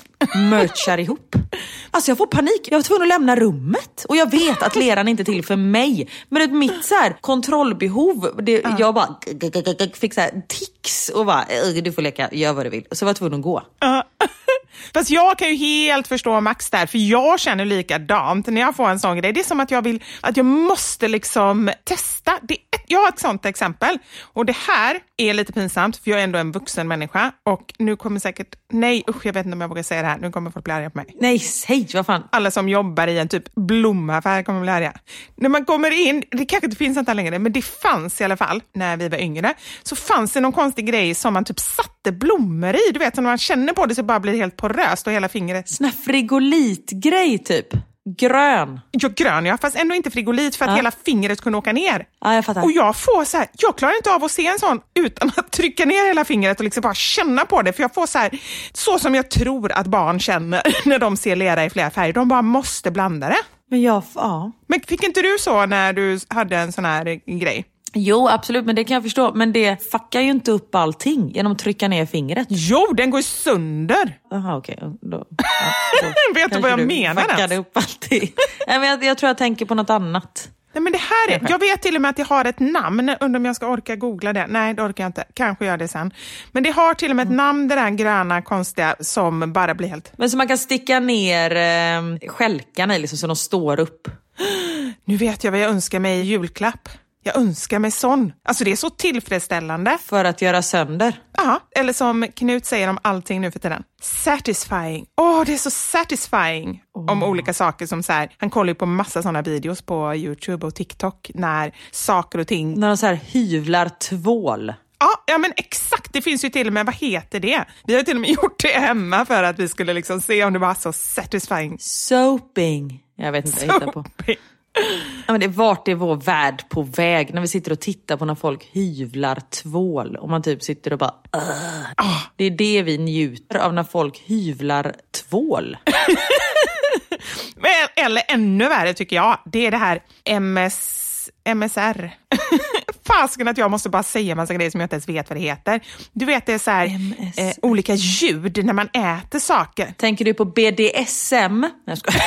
[SPEAKER 6] merchar ihop. Alltså jag får panik. Jag var tvungen att lämna rummet. Och jag vet att leran inte är till för mig. Men ett mitt så här kontrollbehov. Det, uh. Jag bara fick så här tics och bara du får leka, gör vad du vill. Och så var jag tvungen att gå.
[SPEAKER 7] Uh. Fast jag kan ju helt förstå Max där, för jag känner likadant när jag får en sån grej. Det är som att jag vill, att jag måste liksom testa. Det är ett, jag har ett sånt exempel och det här är lite pinsamt för jag är ändå en vuxen människa och nu kommer säkert, nej usch jag vet inte om jag vågar säga det här, nu kommer folk bli arga på mig.
[SPEAKER 6] Nej, säg vad fan.
[SPEAKER 7] Alla som jobbar i en typ blomaffär kommer bli arga. När man kommer in, det kanske inte finns inte längre, men det fanns i alla fall när vi var yngre, så fanns det någon konstig grej som man typ satte blommor i, du vet, så när man känner på det så bara blir det helt poröst och hela fingret.
[SPEAKER 6] Sån här frigolitgrej typ. Grön.
[SPEAKER 7] Ja, grön, ja. Fast ändå inte frigolit för att ja. hela fingret kunde åka ner.
[SPEAKER 6] Ja, jag fattar.
[SPEAKER 7] Och jag får så här, jag klarar inte av att se en sån utan att trycka ner hela fingret och liksom bara känna på det. För jag får så här, så som jag tror att barn känner när de ser lera i flera färger. De bara måste blanda det.
[SPEAKER 6] Men jag, ja.
[SPEAKER 7] Men fick inte du så när du hade en sån här grej?
[SPEAKER 6] Jo, absolut, men det kan jag förstå. Men det fuckar ju inte upp allting genom att trycka ner fingret.
[SPEAKER 7] Jo, den går ju sönder.
[SPEAKER 6] Jaha, okej. Okay. Då, ja, då
[SPEAKER 7] vet du vad jag menar?
[SPEAKER 6] Fuckade upp allting. Nej, men jag, jag tror jag tänker på något annat.
[SPEAKER 7] Nej, men det här är, jag vet till och med att det har ett namn. Undrar om jag ska orka googla det. Nej, det orkar jag inte. Kanske gör det sen. Men det har till och med ett namn, det där gröna konstiga som bara blir helt...
[SPEAKER 6] Men så man kan sticka ner eh, skälkarna liksom, så de står upp.
[SPEAKER 7] Nu vet jag vad jag önskar mig i julklapp. Jag önskar mig sån. Alltså det är så tillfredsställande.
[SPEAKER 6] För att göra sönder.
[SPEAKER 7] Ja, eller som Knut säger om allting nu för tiden. Satisfying. Åh, oh, det är så satisfying. Oh. Om olika saker som så här. Han kollar ju på massa sådana videos på YouTube och TikTok. När saker och ting...
[SPEAKER 6] När de så här hyvlar tvål.
[SPEAKER 7] Ja, ja, men exakt. Det finns ju till och med, vad heter det? Vi har till och med gjort det hemma för att vi skulle liksom se om det var så satisfying.
[SPEAKER 6] Soaping. Jag vet inte vad jag hittar på. Ja, men det, vart är vår värld på väg när vi sitter och tittar på när folk hyvlar tvål och man typ sitter och bara oh. Det är det vi njuter av när folk hyvlar tvål.
[SPEAKER 7] Eller ännu värre tycker jag, det är det här M S, M S R. Fasken att jag måste bara säga en massa grejer som jag inte ens vet vad det heter. Du vet, det är så här eh, olika ljud när man äter saker.
[SPEAKER 6] Tänker du på B D S M? Nej, jag skojar.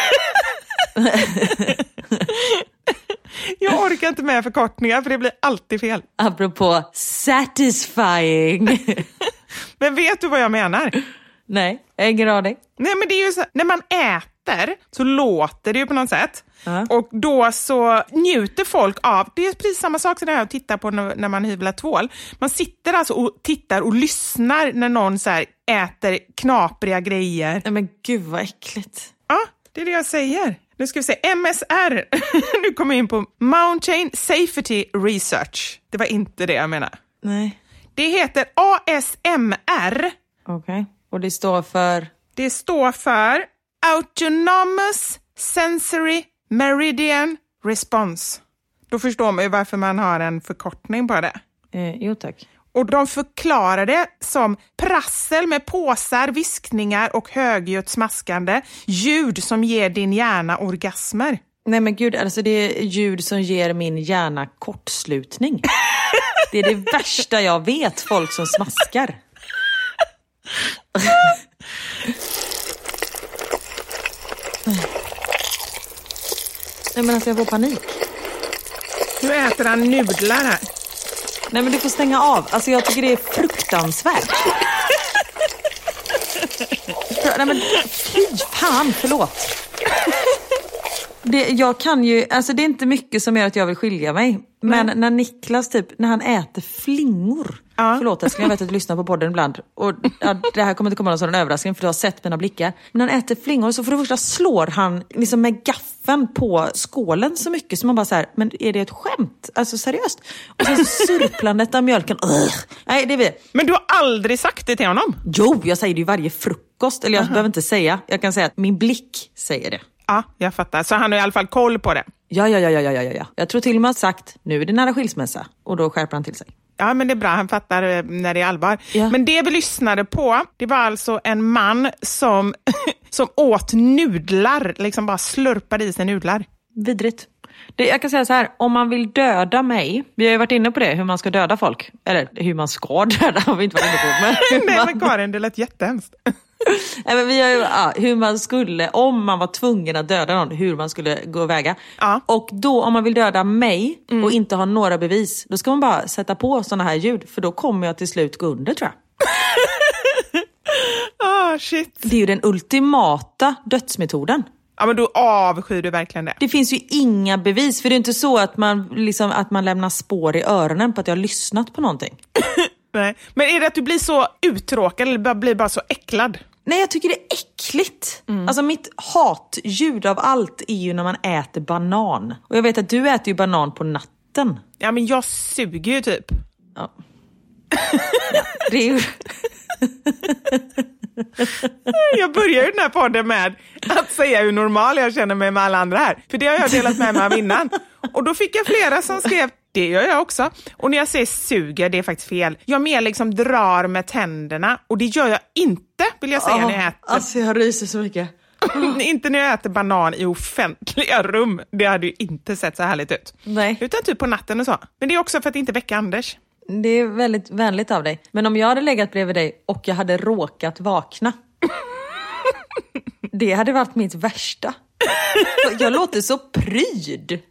[SPEAKER 7] Jag orkar inte med förkortningar för det blir alltid fel.
[SPEAKER 6] Apropå satisfying.
[SPEAKER 7] Men vet du vad jag menar?
[SPEAKER 6] Nej, jag är ingen aning.
[SPEAKER 7] Nej, men det är ju så, när man äter så låter det ju på något sätt.
[SPEAKER 6] Uh-huh.
[SPEAKER 7] Och då så njuter folk av, det är precis samma sak som det här att titta på när man hyvlar tvål. Man sitter alltså och tittar och lyssnar när någon så här äter knapriga grejer.
[SPEAKER 6] Nej, men gud vad äckligt.
[SPEAKER 7] Ja, det är det jag säger. Nu ska vi se, M S R. Nu kommer jag in på Mountain Safety Research. Det var inte det jag menar.
[SPEAKER 6] Nej.
[SPEAKER 7] Det heter A S M R.
[SPEAKER 6] Okej, okay. Och det står för?
[SPEAKER 7] Det står för Autonomous Sensory Meridian Response. Då förstår man ju varför man har en förkortning på det.
[SPEAKER 6] Eh, jo tack.
[SPEAKER 7] Och de förklarar det som prassel med påsar, viskningar och högljutt smaskande. Ljud som ger din hjärna orgasmer.
[SPEAKER 6] Nej men gud, alltså det är ljud som ger min hjärna kortslutning. Det är det värsta jag vet, folk som smaskar. Nej men alltså jag får panik.
[SPEAKER 7] Nu äter han nudlar här.
[SPEAKER 6] Nej men du får stänga av. Alltså jag tycker det är fruktansvärt. Nej men fy fan, förlåt. Det, jag kan ju, alltså det är inte mycket som gör att jag vill skilja mig. Men Nej. när Niklas typ, när han äter flingor. Ja. Förlåt, jag, jag vet att du lyssnar på podden ibland. Och ja, det här kommer inte komma någon sån överraskning för du har sett mina blickar. Men när han äter flingor så för det första slår han liksom med gaffeln på skålen så mycket som man bara så här, men är det ett skämt? Alltså seriöst. Och sen surplandet av mjölken. Ugh. Nej, det är vi.
[SPEAKER 7] Men du har aldrig sagt det till honom?
[SPEAKER 6] Jo, jag säger det ju varje frukost. Eller jag uh-huh. behöver inte säga. Jag kan säga att min blick säger det.
[SPEAKER 7] Ja, jag fattar. Så han har i alla fall koll på det.
[SPEAKER 6] Ja, ja, ja, ja, ja, ja. Jag tror till och med sagt, nu är det nära skilsmässa. Och då skärper han till sig.
[SPEAKER 7] Ja, men det är bra. Han fattar när det är allvar.
[SPEAKER 6] Ja.
[SPEAKER 7] Men det vi lyssnade på, det var alltså en man som, som åt nudlar. Liksom bara slurpade i sig nudlar.
[SPEAKER 6] Vidrigt. Det, jag kan säga så här, om man vill döda mig, vi har ju varit inne på det, hur man ska döda folk. Eller hur man ska döda, har vi inte varit inne på. Men
[SPEAKER 7] Nej,
[SPEAKER 6] man...
[SPEAKER 7] men Karin, det lät jättehemskt.
[SPEAKER 6] Nej, men vi har ju, ja, hur man skulle, om man var tvungen att döda någon, hur man skulle gå väga.
[SPEAKER 7] Ja.
[SPEAKER 6] Och då, om man vill döda mig
[SPEAKER 7] mm.
[SPEAKER 6] och inte ha några bevis, då ska man bara sätta på sådana här ljud, för då kommer jag till slut gå under, tror jag.
[SPEAKER 7] Ah, oh, shit.
[SPEAKER 6] Det är ju den ultimata dödsmetoden.
[SPEAKER 7] Ja, men då avskyr du verkligen det.
[SPEAKER 6] Det finns ju inga bevis, för det är inte så att man, liksom, att man lämnar spår i öronen på att jag har lyssnat på någonting.
[SPEAKER 7] Nej. Men är det att du blir så uttråkad eller blir bara så äcklad?
[SPEAKER 6] Nej, jag tycker det är äckligt. Mm. Alltså mitt hatljud av allt är ju när man äter banan. Och jag vet att du äter ju banan på natten.
[SPEAKER 7] Ja, men jag suger ju typ.
[SPEAKER 6] Ja. Ja, det är ju...
[SPEAKER 7] Jag börjar ju den här podden med att säga hur normal jag känner mig med alla andra här. För det har jag delat med mig av innan. Och då fick jag flera som skrev, det gör jag också. Och när jag säger suger, det är faktiskt fel. Jag mer liksom drar med tänderna. Och det gör jag inte, vill jag säga, oh, när jag äter.
[SPEAKER 6] Alltså jag ryser så mycket.
[SPEAKER 7] Inte när jag äter banan i offentliga rum. Det hade ju inte sett så härligt ut.
[SPEAKER 6] Nej.
[SPEAKER 7] Utan typ på natten och så. Men det är också för att inte väcka Anders.
[SPEAKER 6] Det är väldigt vänligt av dig. Men om jag hade legat bredvid dig och jag hade råkat vakna. Det hade varit mitt värsta. Jag låter så pryd.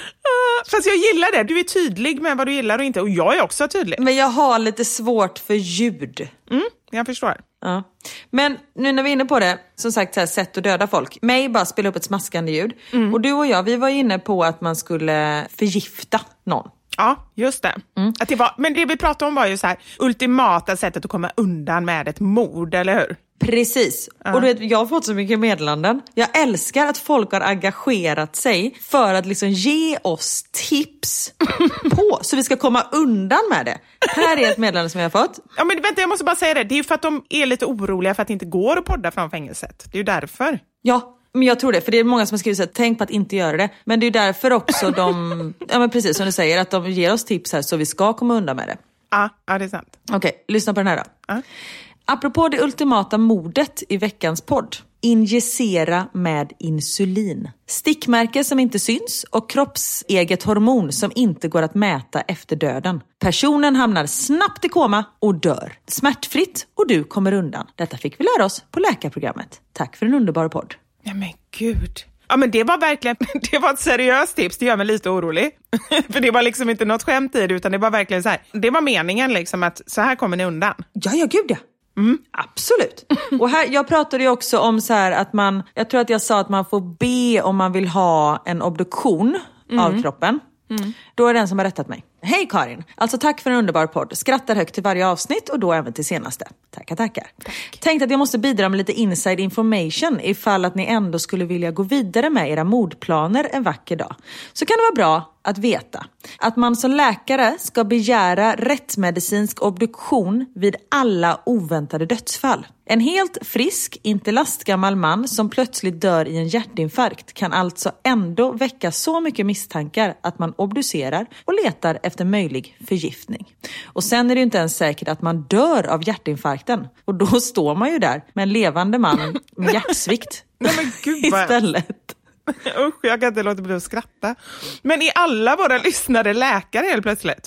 [SPEAKER 7] Fast jag gillar det. Du är tydlig med vad du gillar och inte. Och jag är också tydlig.
[SPEAKER 6] Men jag har lite svårt för ljud.
[SPEAKER 7] Mm, jag förstår.
[SPEAKER 6] Ja. Men nu när vi är inne på det, som sagt, så här, sätt att döda folk. Mig bara spela upp ett smaskande ljud. Mm. Och du och jag, vi var inne på att man skulle förgifta någon.
[SPEAKER 7] Ja, just det. Mm. Att det var, men det vi pratade om var ju så här ultimata sättet att komma undan med ett mord, eller hur?
[SPEAKER 6] Precis. Ja. Och du vet, jag har fått så mycket meddelanden. Jag älskar att folk har engagerat sig för att liksom ge oss tips på, så vi ska komma undan med det. Här är ett meddelande som jag har fått.
[SPEAKER 7] Ja, men vänta, jag måste bara säga det. Det är ju för att de är lite oroliga för att det inte går att podda från fängelset. Det är ju därför.
[SPEAKER 6] Ja. Men jag tror det, för det är många som har skrivit så här, tänk på att inte göra det. Men det är därför också de, ja men precis som du säger, att de ger oss tips här så vi ska komma undan med det.
[SPEAKER 7] Ja, ja det är sant.
[SPEAKER 6] Okej, okay, lyssna på den här då.
[SPEAKER 7] Ja.
[SPEAKER 6] Apropå det ultimata mordet i veckans podd. Injicera med insulin. Stickmärke som inte syns och kroppseget hormon som inte går att mäta efter döden. Personen hamnar snabbt i koma och dör. Smärtfritt och du kommer undan. Detta fick vi lära oss på läkarprogrammet. Tack för en underbar podd.
[SPEAKER 7] Ja men gud. Ja men det var verkligen, det var ett seriöst tips. Det gör mig lite orolig. För det var liksom inte något skämt i det, utan det var verkligen så här. Det var meningen liksom att så här kommer ni undan.
[SPEAKER 6] Ja, ja gud ja.
[SPEAKER 7] Mm.
[SPEAKER 6] Absolut. Och här, jag pratade ju också om så här att man, jag tror att jag sa att man får be om man vill ha en obduktion mm. av kroppen. Mm. Då är det den som har rättat mig. Hej Karin, alltså tack för en underbar podd. Skrattar högt till varje avsnitt och då även till senaste. Tackar, tackar. Tack. Tänkte att jag måste bidra med lite inside information ifall att ni ändå skulle vilja gå vidare med era mordplaner en vacker dag. Så kan det vara bra att veta att man som läkare ska begära rättsmedicinsk obduktion vid alla oväntade dödsfall. En helt frisk, inte lastgammal man som plötsligt dör i en hjärtinfarkt kan alltså ändå väcka så mycket misstankar att man obducerar och letar efter möjlig förgiftning. Och sen är det ju inte ens säkert att man dör av hjärtinfarkten. Och då står man ju där med en levande man med hjärtsvikt.
[SPEAKER 7] Nej, men gud vad...
[SPEAKER 6] istället.
[SPEAKER 7] Usch, jag kan inte låta bli att skratta. Men är alla våra lyssnare läkare helt plötsligt?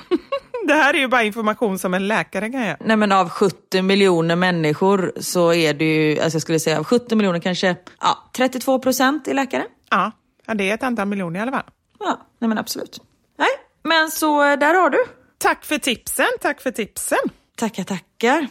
[SPEAKER 7] Det här är ju bara information som en läkare kan göra.
[SPEAKER 6] Nej men av sjuttio miljoner människor så är det ju, alltså jag skulle säga av sjuttio miljoner kanske, ja, trettiotvå procent är läkare.
[SPEAKER 7] Ja, ja, det är ett antal miljoner i alla fall.
[SPEAKER 6] Ja, nej men absolut. Nej, men så där har du.
[SPEAKER 7] Tack för tipsen, tack för tipsen.
[SPEAKER 6] Tackar, tackar.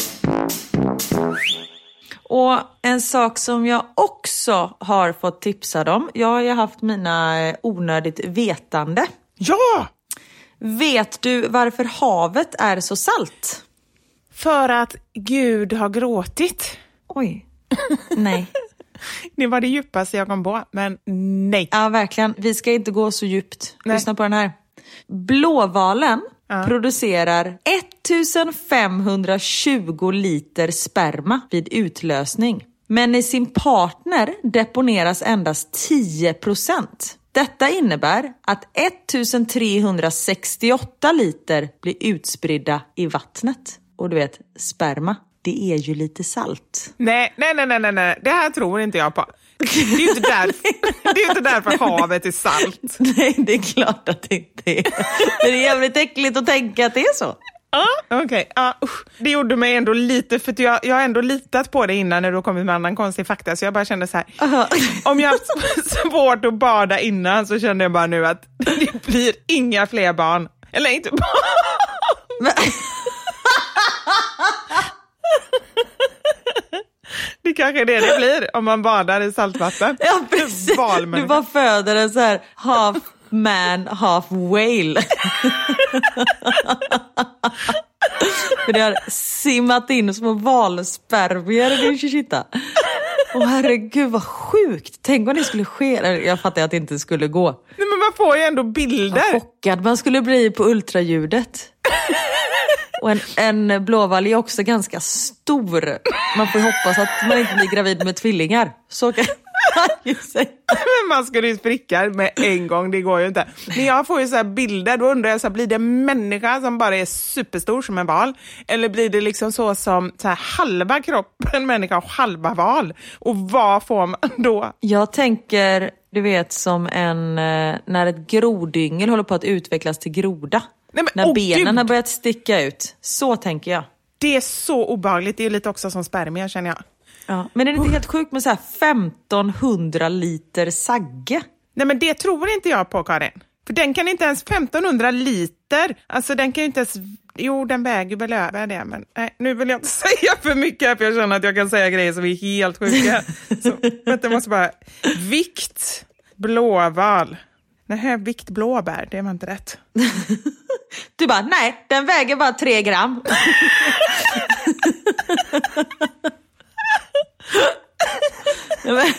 [SPEAKER 6] Och en sak som jag också har fått tipsad om. Jag har ju haft mina onödigt vetande.
[SPEAKER 7] Ja!
[SPEAKER 6] Vet du varför havet är så salt?
[SPEAKER 7] För att Gud har gråtit.
[SPEAKER 6] Oj, nej.
[SPEAKER 7] Det var det djupaste jag kom på, men nej.
[SPEAKER 6] Ja, verkligen. Vi ska inte gå så djupt. Nej. Lyssna på den här. Blåvalen ja. producerar femtonhundratjugo liter sperma vid utlösning. Men i sin partner deponeras endast tio procent. Detta innebär att ettusentrehundrasextioåtta liter blir utspridda i vattnet. Och du vet, sperma, det är ju lite salt.
[SPEAKER 7] Nej, nej, nej, nej, nej. Det här tror inte jag på. Det är ju inte därför, det är inte därför havet är salt.
[SPEAKER 6] Nej, det är klart att det inte är. Det är jävligt äckligt att tänka att det är så.
[SPEAKER 7] Ja, okej. Okay. Ja, det gjorde mig ändå lite, för jag, jag har ändå litat på det innan när du kommit med annan konstig fakta, så jag bara kände så här, uh-huh. Om jag haft svårt att bada innan så kände jag bara nu att det blir inga fler barn. Eller inte barn. Men... Det kanske är det det blir om man badar i saltvatten.
[SPEAKER 6] Ja, precis. Du bara föder en så här half man, half whale. För det har simmat in små valspermier i din chichita. Åh herregud, vad sjukt. Tänk om det skulle ske. Jag fattar att det inte skulle gå.
[SPEAKER 7] Nej, men man får ju ändå bilder.
[SPEAKER 6] Vad chockad man skulle bli på ultraljudet. Och en, en blåval är också ganska stor. Man får ju hoppas att man inte blir gravid med tvillingar. Så kan man ju säga.
[SPEAKER 7] Men man ska ju spricka med en gång, det går ju inte. Men jag får ju så här bilder, då undrar jag så här, blir det en människa som bara är superstor som en val? Eller blir det liksom så som så här, halva kroppen människa och halva val? Och vad får man då?
[SPEAKER 6] Jag tänker, du vet, som en när ett grodyngel håller på att utvecklas till groda. Nej, men, när oh, benen Gud. har börjat sticka ut. Så tänker jag.
[SPEAKER 7] Det är så obehagligt. Det är lite också som spermier, känner jag.
[SPEAKER 6] Ja, men är det inte helt sjukt med så här femtonhundra liter sagge?
[SPEAKER 7] Nej, men det tror inte jag på, Karin. För den kan inte ens femtonhundra liter. Alltså den kan ju inte ens... Jo, den väger väl över det. Men nej, nu vill jag inte säga för mycket. För jag känner att jag kan säga grejer som är helt sjuka. Så vänta, jag måste bara... Vikt. Blåval. Nej, vikt blåbär. Det var inte rätt.
[SPEAKER 6] Du bara, nej, den väger bara tre gram.
[SPEAKER 7] Nej,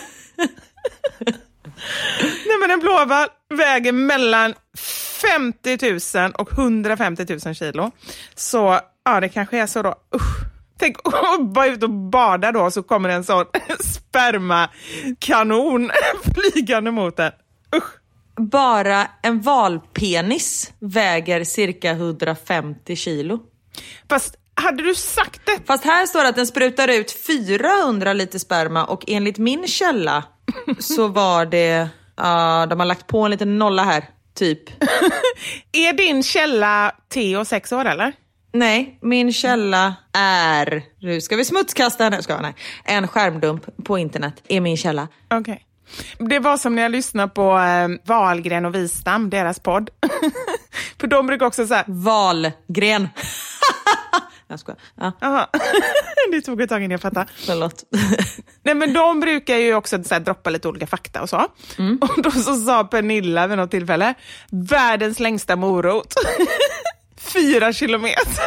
[SPEAKER 7] men en blåval väger mellan femtio tusen och hundrafemtio tusen kilo. Så ja, det kanske är så då. Usch. Tänk att bara ut och bada då, så kommer en sån spermakanon flygande mot den. Usch.
[SPEAKER 6] Bara en valpenis väger cirka hundrafemtio kilo.
[SPEAKER 7] Fast hade du sagt det?
[SPEAKER 6] Fast här står det att den sprutar ut fyrahundra liter sperma, och enligt min källa så var det, uh, de har lagt på en liten nolla här, typ.
[SPEAKER 7] Är din källa Theo sex år eller?
[SPEAKER 6] Nej, min källa är, nu ska vi smutskasta henne, ska nej. En skärmdump på internet är min källa.
[SPEAKER 7] Okej. Okay. Det var som när jag lyssnade på eh, Wahlgren och Wistam, deras podd. För de brukar också säga
[SPEAKER 6] Wahlgren. Jag skojar. Ja.
[SPEAKER 7] Aha. Det tog ett tag innan jag fattade.
[SPEAKER 6] Förlåt.
[SPEAKER 7] Nej, men de brukar ju också så här, droppa lite olika fakta och så. Mm. Och då så sa Pernilla vid något tillfälle, världens längsta morot. Fyra kilometer.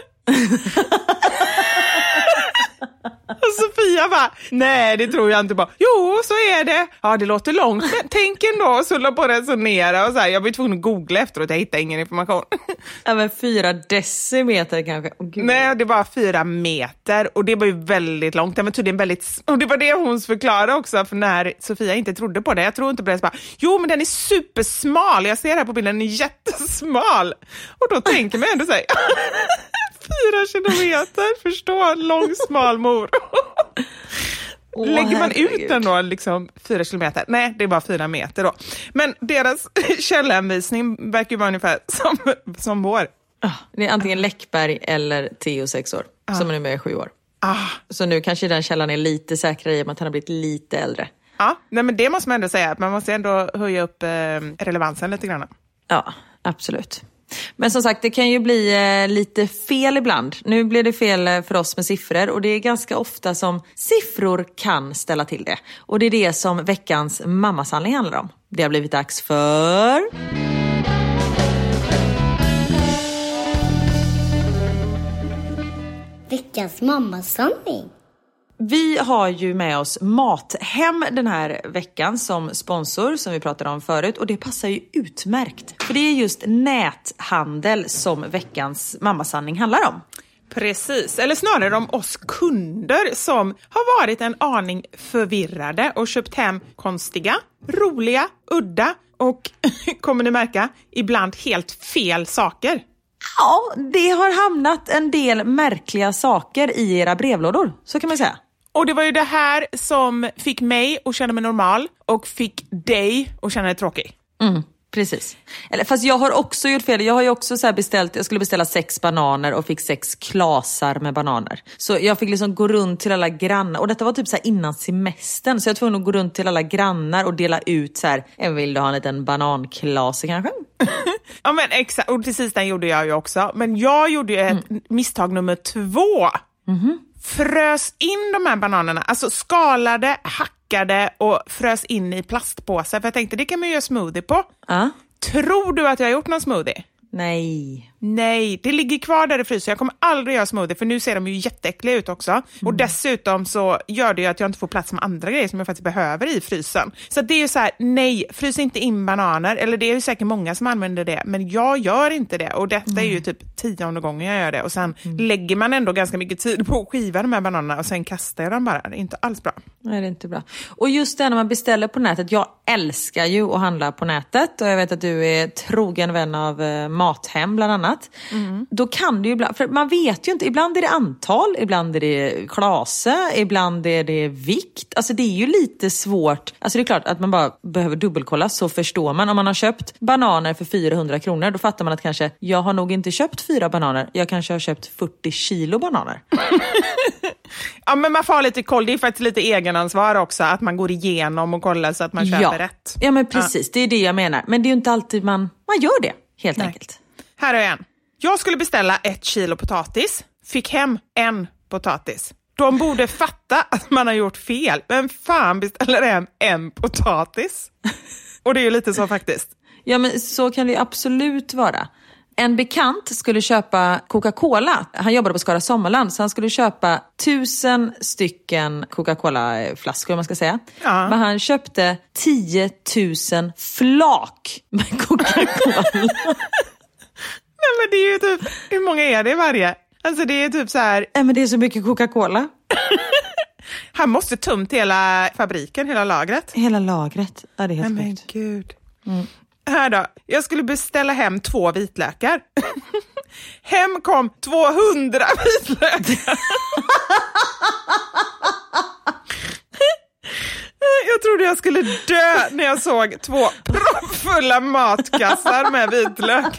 [SPEAKER 7] Och Sofia bara, nej det tror jag inte bara. Jo, så är det. Ja, det låter långt. Men tänk ändå, så la på resonera och så här. Jag var tvungen att googla efteråt, jag hittade ingen information.
[SPEAKER 6] Ja, men fyra decimeter kanske. Oh,
[SPEAKER 7] nej, det var fyra meter. Och det var ju väldigt långt. Men tydligen väldigt... Och det var det hon förklarade också. För när Sofia inte trodde på det. Jag tror inte på det. Så bara, jo, men den är supersmal. Jag ser här på bilden, den är jättesmal. Och då tänker man ändå så här... Fyra kilometer, förstå, lång, smal mor. Oh, lägger man herregud. Ut den då liksom fyra kilometer? Nej, det är bara fyra meter då. Men deras källhänvisning verkar ju vara ungefär som, som vår.
[SPEAKER 6] Ah, det är antingen Läckberg eller Theo sex år, ah. som är nu med sju år.
[SPEAKER 7] Ah.
[SPEAKER 6] Så nu kanske den källan är lite säkrare i och med att han har blivit lite äldre.
[SPEAKER 7] Ja, nej, men det måste man ändå säga. Att man måste ändå höja upp eh, relevansen lite grann.
[SPEAKER 6] Ja, absolut. Men som sagt, det kan ju bli eh, lite fel ibland. Nu blir det fel för oss med siffror, och det är ganska ofta som siffror kan ställa till det. Och det är det som veckans mammasanning handlar om. Det har blivit dags för...
[SPEAKER 10] Veckans mammasanning.
[SPEAKER 6] Vi har ju med oss Mathem den här veckan som sponsor, som vi pratade om förut, och det passar ju utmärkt. För det är just näthandel som veckans mammasanning handlar om.
[SPEAKER 7] Precis, eller snarare om oss kunder som har varit en aning förvirrade och köpt hem konstiga, roliga, udda och, kommer ni märka, ibland helt fel saker.
[SPEAKER 6] Ja, det har hamnat en del märkliga saker i era brevlådor, så kan man säga.
[SPEAKER 7] Och det var ju det här som fick mig att känna mig normal och fick dig att känna dig tråkig.
[SPEAKER 6] Mm. Precis. Eller, fast jag har också gjort fel. Jag har ju också så här beställt, jag skulle beställa sex bananer och fick sex klasar med bananer. Så jag fick liksom gå runt till alla grannar. Och detta var typ så här innan semestern. Så jag var tvungen att gå runt till alla grannar och dela ut så här, en vill du ha en liten bananklase kanske?
[SPEAKER 7] Ja men exakt, och precis den gjorde jag ju också. Men jag gjorde ju ett mm. misstag nummer två. Mm-hmm. Frös in de här bananerna, alltså skalade, hackade och frös in i plastpåsar. För jag tänkte, det kan man ju göra smoothie på. Uh. Tror du att jag har gjort någon smoothie?
[SPEAKER 6] Nej.
[SPEAKER 7] Nej, det ligger kvar där i frysen. Jag kommer aldrig göra smoothie för nu ser de ju jätteäckliga ut också. Mm. Och dessutom så gör det ju att jag inte får plats med andra grejer som jag faktiskt behöver i frysen. Så det är ju så här, nej, frys inte in bananer. Eller det är ju säkert många som använder det. Men jag gör inte det. Och detta mm. är ju typ tionde gången jag gör det. Och sen mm. lägger man ändå ganska mycket tid på att skiva de här bananerna. Och sen kastar jag dem bara. Det är inte alls bra.
[SPEAKER 6] Nej, det är inte bra. Och just det när man beställer på nätet. Jag älskar ju att handla på nätet. Och jag vet att du är trogen vän av eh, Mathem bland annat. Mm. Då kan det ju ibland, för man vet ju inte, ibland är det antal, ibland är det klase, ibland är det vikt. Alltså det är ju lite svårt. Alltså det är klart att man bara behöver dubbelkolla, så förstår man. Om man har köpt bananer för fyrahundra kronor, då fattar man att kanske, jag har nog inte köpt fyra bananer, jag kanske har köpt fyrtio kilo bananer.
[SPEAKER 7] Ja, men man får ha lite koll. Det är faktiskt lite egenansvar också, att man går igenom och kollar så att man köper
[SPEAKER 6] ja.
[SPEAKER 7] rätt.
[SPEAKER 6] Ja, men precis. Ja. Det är det jag menar. Men det är ju inte alltid man, man gör det, helt Nej. enkelt.
[SPEAKER 7] Här är en. Jag skulle beställa ett kilo potatis. Fick hem en potatis. De borde fatta att man har gjort fel. Men fan beställer hem en potatis? Och det är ju lite så faktiskt.
[SPEAKER 6] Ja, men så kan det absolut vara. En bekant skulle köpa Coca-Cola. Han jobbade på Skara Sommarland, så han skulle köpa tusen stycken Coca-Cola-flaskor, man ska säga. Ja. Men han köpte tio tusen flak med Coca-Cola.
[SPEAKER 7] Nej, men det är ju typ, hur många är det i varje? Alltså det är typ så här.
[SPEAKER 6] Nej, men det är så mycket Coca-Cola.
[SPEAKER 7] Han måste tömt hela fabriken, hela lagret.
[SPEAKER 6] Hela lagret, ja det är helt
[SPEAKER 7] Nej, men
[SPEAKER 6] sjukt.
[SPEAKER 7] gud. Mm. Här då, jag skulle beställa hem två vitlökar. Hem kom tvåhundra vitlökar. Jag trodde jag skulle dö när jag såg två proppfulla matkassar med vitlök.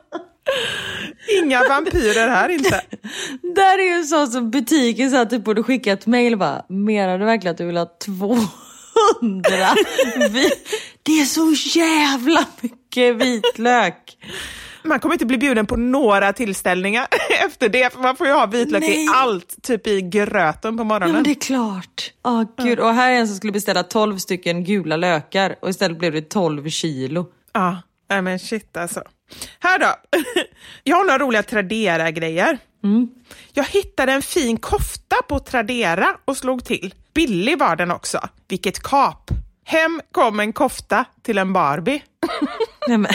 [SPEAKER 7] Inga vampyrer här inte.
[SPEAKER 6] Där är ju så som butiken sa att du borde skicka ett mejl bara. Menar du verkligen att du vill ha tvåhundra? Det är så jävla mycket vitlök.
[SPEAKER 7] Man kommer inte bli bjuden på några tillställningar efter det. För man får ju ha vitlök Nej. i allt. Typ i gröten på morgonen.
[SPEAKER 6] Ja, men det är klart. Åh, gud. Ja. Och här är en som skulle beställa tolv stycken gula lökar. Och istället blev det tolv kilo.
[SPEAKER 7] Ja, nej men shit alltså. Här då. Jag har några roliga Tradera-grejer. Mm. Jag hittade en fin kofta på Tradera och slog till. Billig var den också. Vilket kap. Hem kom en kofta till en Barbie.
[SPEAKER 6] Nej, men...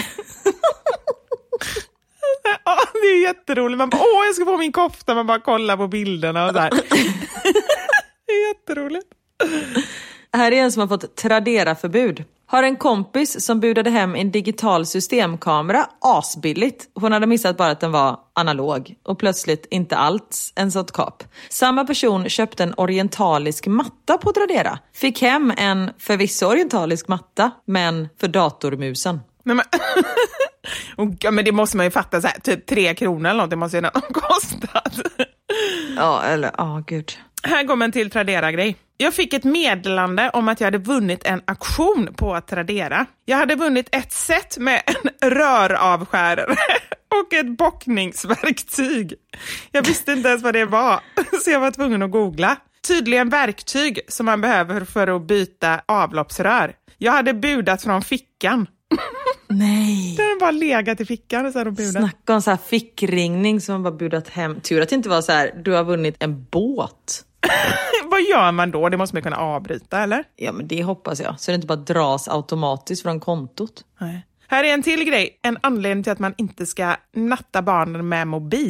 [SPEAKER 7] Ja, det är jätteroligt. Man bara, åh jag ska få min kofta. Man bara kollar på bilderna och så här. Det är jätteroligt.
[SPEAKER 6] Här är en som har fått Tradera-förbud. Har en kompis som budade hem en digital systemkamera asbilligt. Hon hade missat bara att den var analog. Och plötsligt inte alls en sånt kap. Samma person köpte en orientalisk matta på Tradera. Fick hem en förvisso orientalisk matta, men för datormusen.
[SPEAKER 7] Nej, men... Och, men det måste man ju fatta så här, typ tre kronor eller något, det måste ju ha kostat.
[SPEAKER 6] Ja, eller, ja, oh, gud.
[SPEAKER 7] Här kommer en till Tradera-grej. Jag fick ett meddelande om att jag hade vunnit en auktion på Tradera. Jag hade vunnit ett set med en röravskärare och ett bockningsverktyg. Jag visste inte ens vad det var, så jag var tvungen att googla. Tydligen verktyg som man behöver för att byta avloppsrör. Jag hade budat från fickan.
[SPEAKER 6] Nej.
[SPEAKER 7] Den bara legat i fickan och så här och budat.
[SPEAKER 6] Snacka om så här fickringning som man bara budat hem. Tur att det inte var så här, du har vunnit en båt.
[SPEAKER 7] Vad gör man då? Det måste man kunna avbryta, eller?
[SPEAKER 6] Ja, men det hoppas jag. Så det inte bara dras automatiskt från kontot.
[SPEAKER 7] Nej. Här är en till grej. En anledning till att man inte ska natta barnen med mobil.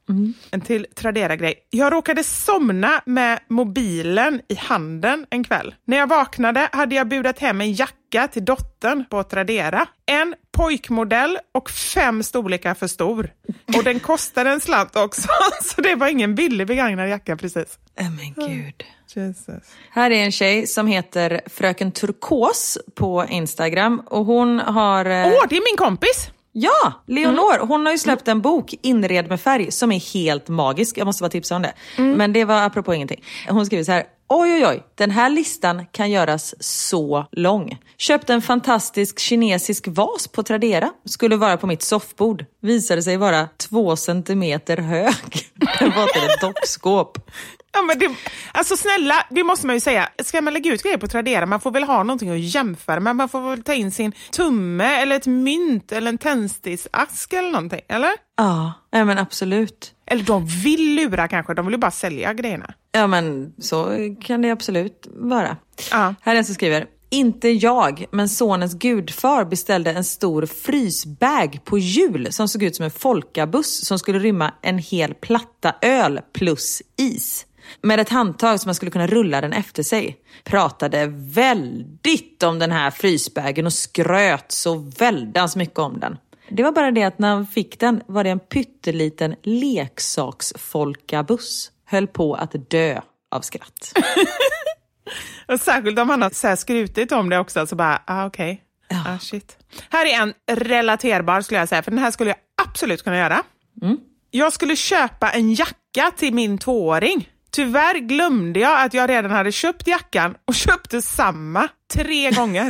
[SPEAKER 7] Mm. En till Tradera-grej. Jag råkade somna med mobilen i handen en kväll. När jag vaknade hade jag budat hem en jacka till dottern på Tradera. En pojkmodell och fem storlekar för stor. Och den kostade en slant också. Så det var ingen billig begagnad jacka precis.
[SPEAKER 6] Oh men gud.
[SPEAKER 7] Jesus.
[SPEAKER 6] Här är en tjej som heter Fröken Turkos på Instagram. Och hon har... Åh,
[SPEAKER 7] oh, det är min kompis!
[SPEAKER 6] Ja, Leonor. Hon har ju släppt en bok, Inred med färg, som är helt magisk. Jag måste bara tipsa om det. Mm. Men det var apropå ingenting. Hon skriver så här: oj, oj, oj. Den här listan kan göras så lång. Köpte en fantastisk kinesisk vas på Tradera. Skulle vara på mitt soffbord. Visade sig vara två centimeter hög. Den var till ett dockskåp.
[SPEAKER 7] Ja, men det, alltså snälla, det måste man ju säga. Ska man lägga ut grejer på Tradera, man får väl ha någonting att jämföra. Men man får väl ta in sin tumme eller ett mynt eller en tändsticksask eller någonting, eller?
[SPEAKER 6] Ja, ja men absolut.
[SPEAKER 7] Eller de vill lura kanske, de vill ju bara sälja grejerna.
[SPEAKER 6] Ja, men så kan det absolut vara.
[SPEAKER 7] Ja.
[SPEAKER 6] Här är en som skriver: inte jag, men sonens gudfar beställde en stor frysbag på jul som såg ut som en folkabuss som skulle rymma en hel platta öl plus is. Med ett handtag som man skulle kunna rulla den efter sig. Pratade väldigt om den här frysbagen och skröt så väldans mycket om den. Det var bara det att när han fick den var det en pytteliten leksaksfolkabuss. Höll på att dö av skratt.
[SPEAKER 7] Och särskilt om han har så här skrutit om det också, så bara, ah okej. Okay.
[SPEAKER 6] Ja.
[SPEAKER 7] Ah shit. Här är en relaterbar skulle jag säga, för den här skulle jag absolut kunna göra.
[SPEAKER 6] Mm.
[SPEAKER 7] Jag skulle köpa en jacka till min tvååring. Tyvärr glömde jag att jag redan hade köpt jackan och köpte samma tre gånger.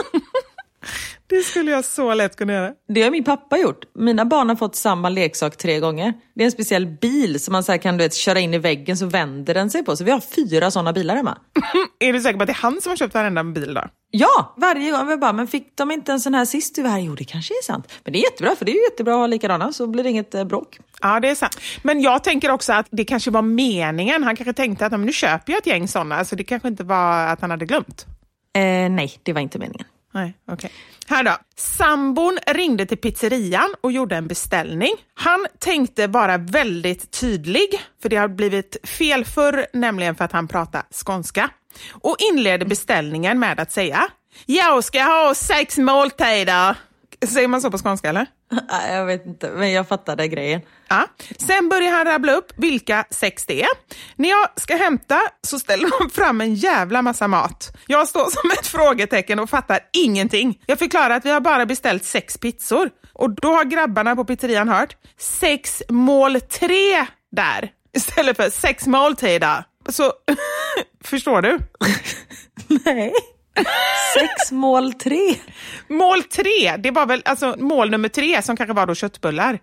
[SPEAKER 7] Det skulle jag så lätt kunna göra.
[SPEAKER 6] Det har min pappa gjort. Mina barn har fått samma leksak tre gånger. Det är en speciell bil som man så här kan du vet, köra in i väggen så vänder den sig på. Så vi har fyra sådana bilar hemma.
[SPEAKER 7] Är du säker på att det är han som har köpt varenda bil då?
[SPEAKER 6] Ja, varje gång. Vi bara, men fick de inte en sån här sist tyvärr? Jo, det kanske är sant. Men det är jättebra, för det är ju jättebra att ha likadana, så blir det inget eh, bråk.
[SPEAKER 7] Ja, det är sant. Men jag tänker också att det kanske var meningen. Han kanske tänkte att men nu köper jag ett gäng sådana. Alltså det kanske inte var att han hade glömt.
[SPEAKER 6] Eh, nej, det var inte meningen.
[SPEAKER 7] Nej, okej. Okay. Här då. Sambon ringde till pizzerian och gjorde en beställning. Han tänkte vara väldigt tydlig, för det har blivit fel förr, nämligen för att han pratar skånska. Och inledde beställningen med att säga: jag ska ha sex måltider. Säger man så på skånska, eller?
[SPEAKER 6] Jag vet inte, men jag fattade grejen.
[SPEAKER 7] Ja. Sen börjar han rabbla upp vilka sex det är. När jag ska hämta så ställer de fram en jävla massa mat. Jag står som ett frågetecken och fattar ingenting. Jag förklarar att vi har bara beställt sex pizzor. Och då har grabbarna på pizzerian hört sex mål tre där. Istället för sex måltider. Så, förstår du?
[SPEAKER 6] Nej. Sex mål tre.
[SPEAKER 7] Mål tre, det var väl alltså mål nummer tre som kanske var då köttbullar.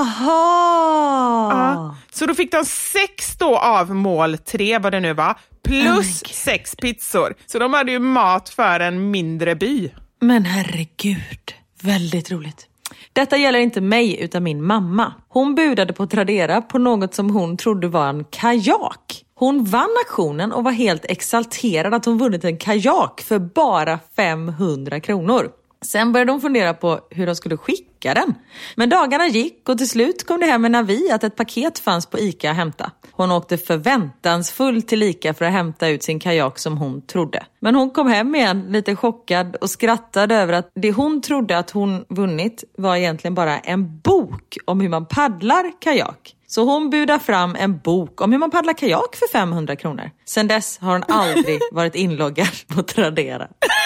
[SPEAKER 6] Aha.
[SPEAKER 7] Ja, så då fick de sex då av mål tre, vad det nu var, plus oh sex pizzor. Så de hade ju mat för en mindre by.
[SPEAKER 6] Men herregud, väldigt roligt. Detta gäller inte mig utan min mamma. Hon budade på Tradera på något som hon trodde var en kajak. Hon vann auktionen och var helt exalterad att hon vunnit en kajak för bara femhundra kronor. Sen började hon fundera på hur de skulle skicka den. Men dagarna gick och till slut kom det hem en avi att ett paket fanns på Ica att hämta. Hon åkte förväntansfull till Ica för att hämta ut sin kajak som hon trodde. Men hon kom hem igen lite chockad och skrattade över att det hon trodde att hon vunnit var egentligen bara en bok om hur man paddlar kajak. Så hon budar fram en bok om hur man paddlar kajak för femhundra kronor. Sen dess har hon aldrig varit inloggad på Tradera.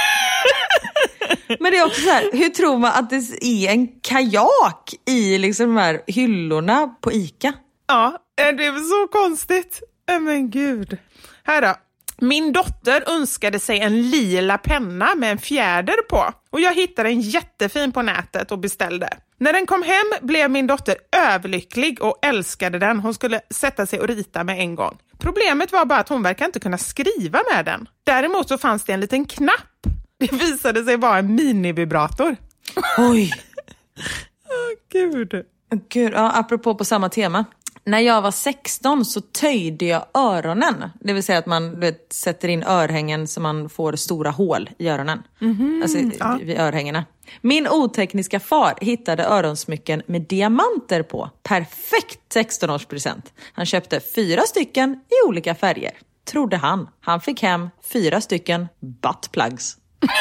[SPEAKER 6] Men det är också så här, hur tror man att det är en kajak i liksom de här hyllorna på Ica?
[SPEAKER 7] Ja, det är så konstigt. Äh, men gud. Här då. Min dotter önskade sig en lila penna med en fjäder på. Och jag hittade en jättefin på nätet och beställde. När den kom hem blev min dotter överlycklig och älskade den. Hon skulle sätta sig och rita med en gång. Problemet var bara att hon verkar inte kunna skriva med den. Däremot så fanns det en liten knapp. Det visade sig vara en minivibrator.
[SPEAKER 6] Oj.
[SPEAKER 7] Åh, gud.
[SPEAKER 6] Gud, ja, apropå på samma tema. När jag var sexton så töjde jag öronen. Det vill säga att man du vet, sätter in örhängen så man får stora hål i öronen. Mm-hmm. Alltså ja. vid örhängena. Min otekniska far hittade öronsmycken med diamanter på. Perfekt sexton-årspresent. Han köpte fyra stycken i olika färger. Trodde han. Han fick hem fyra stycken buttplugs.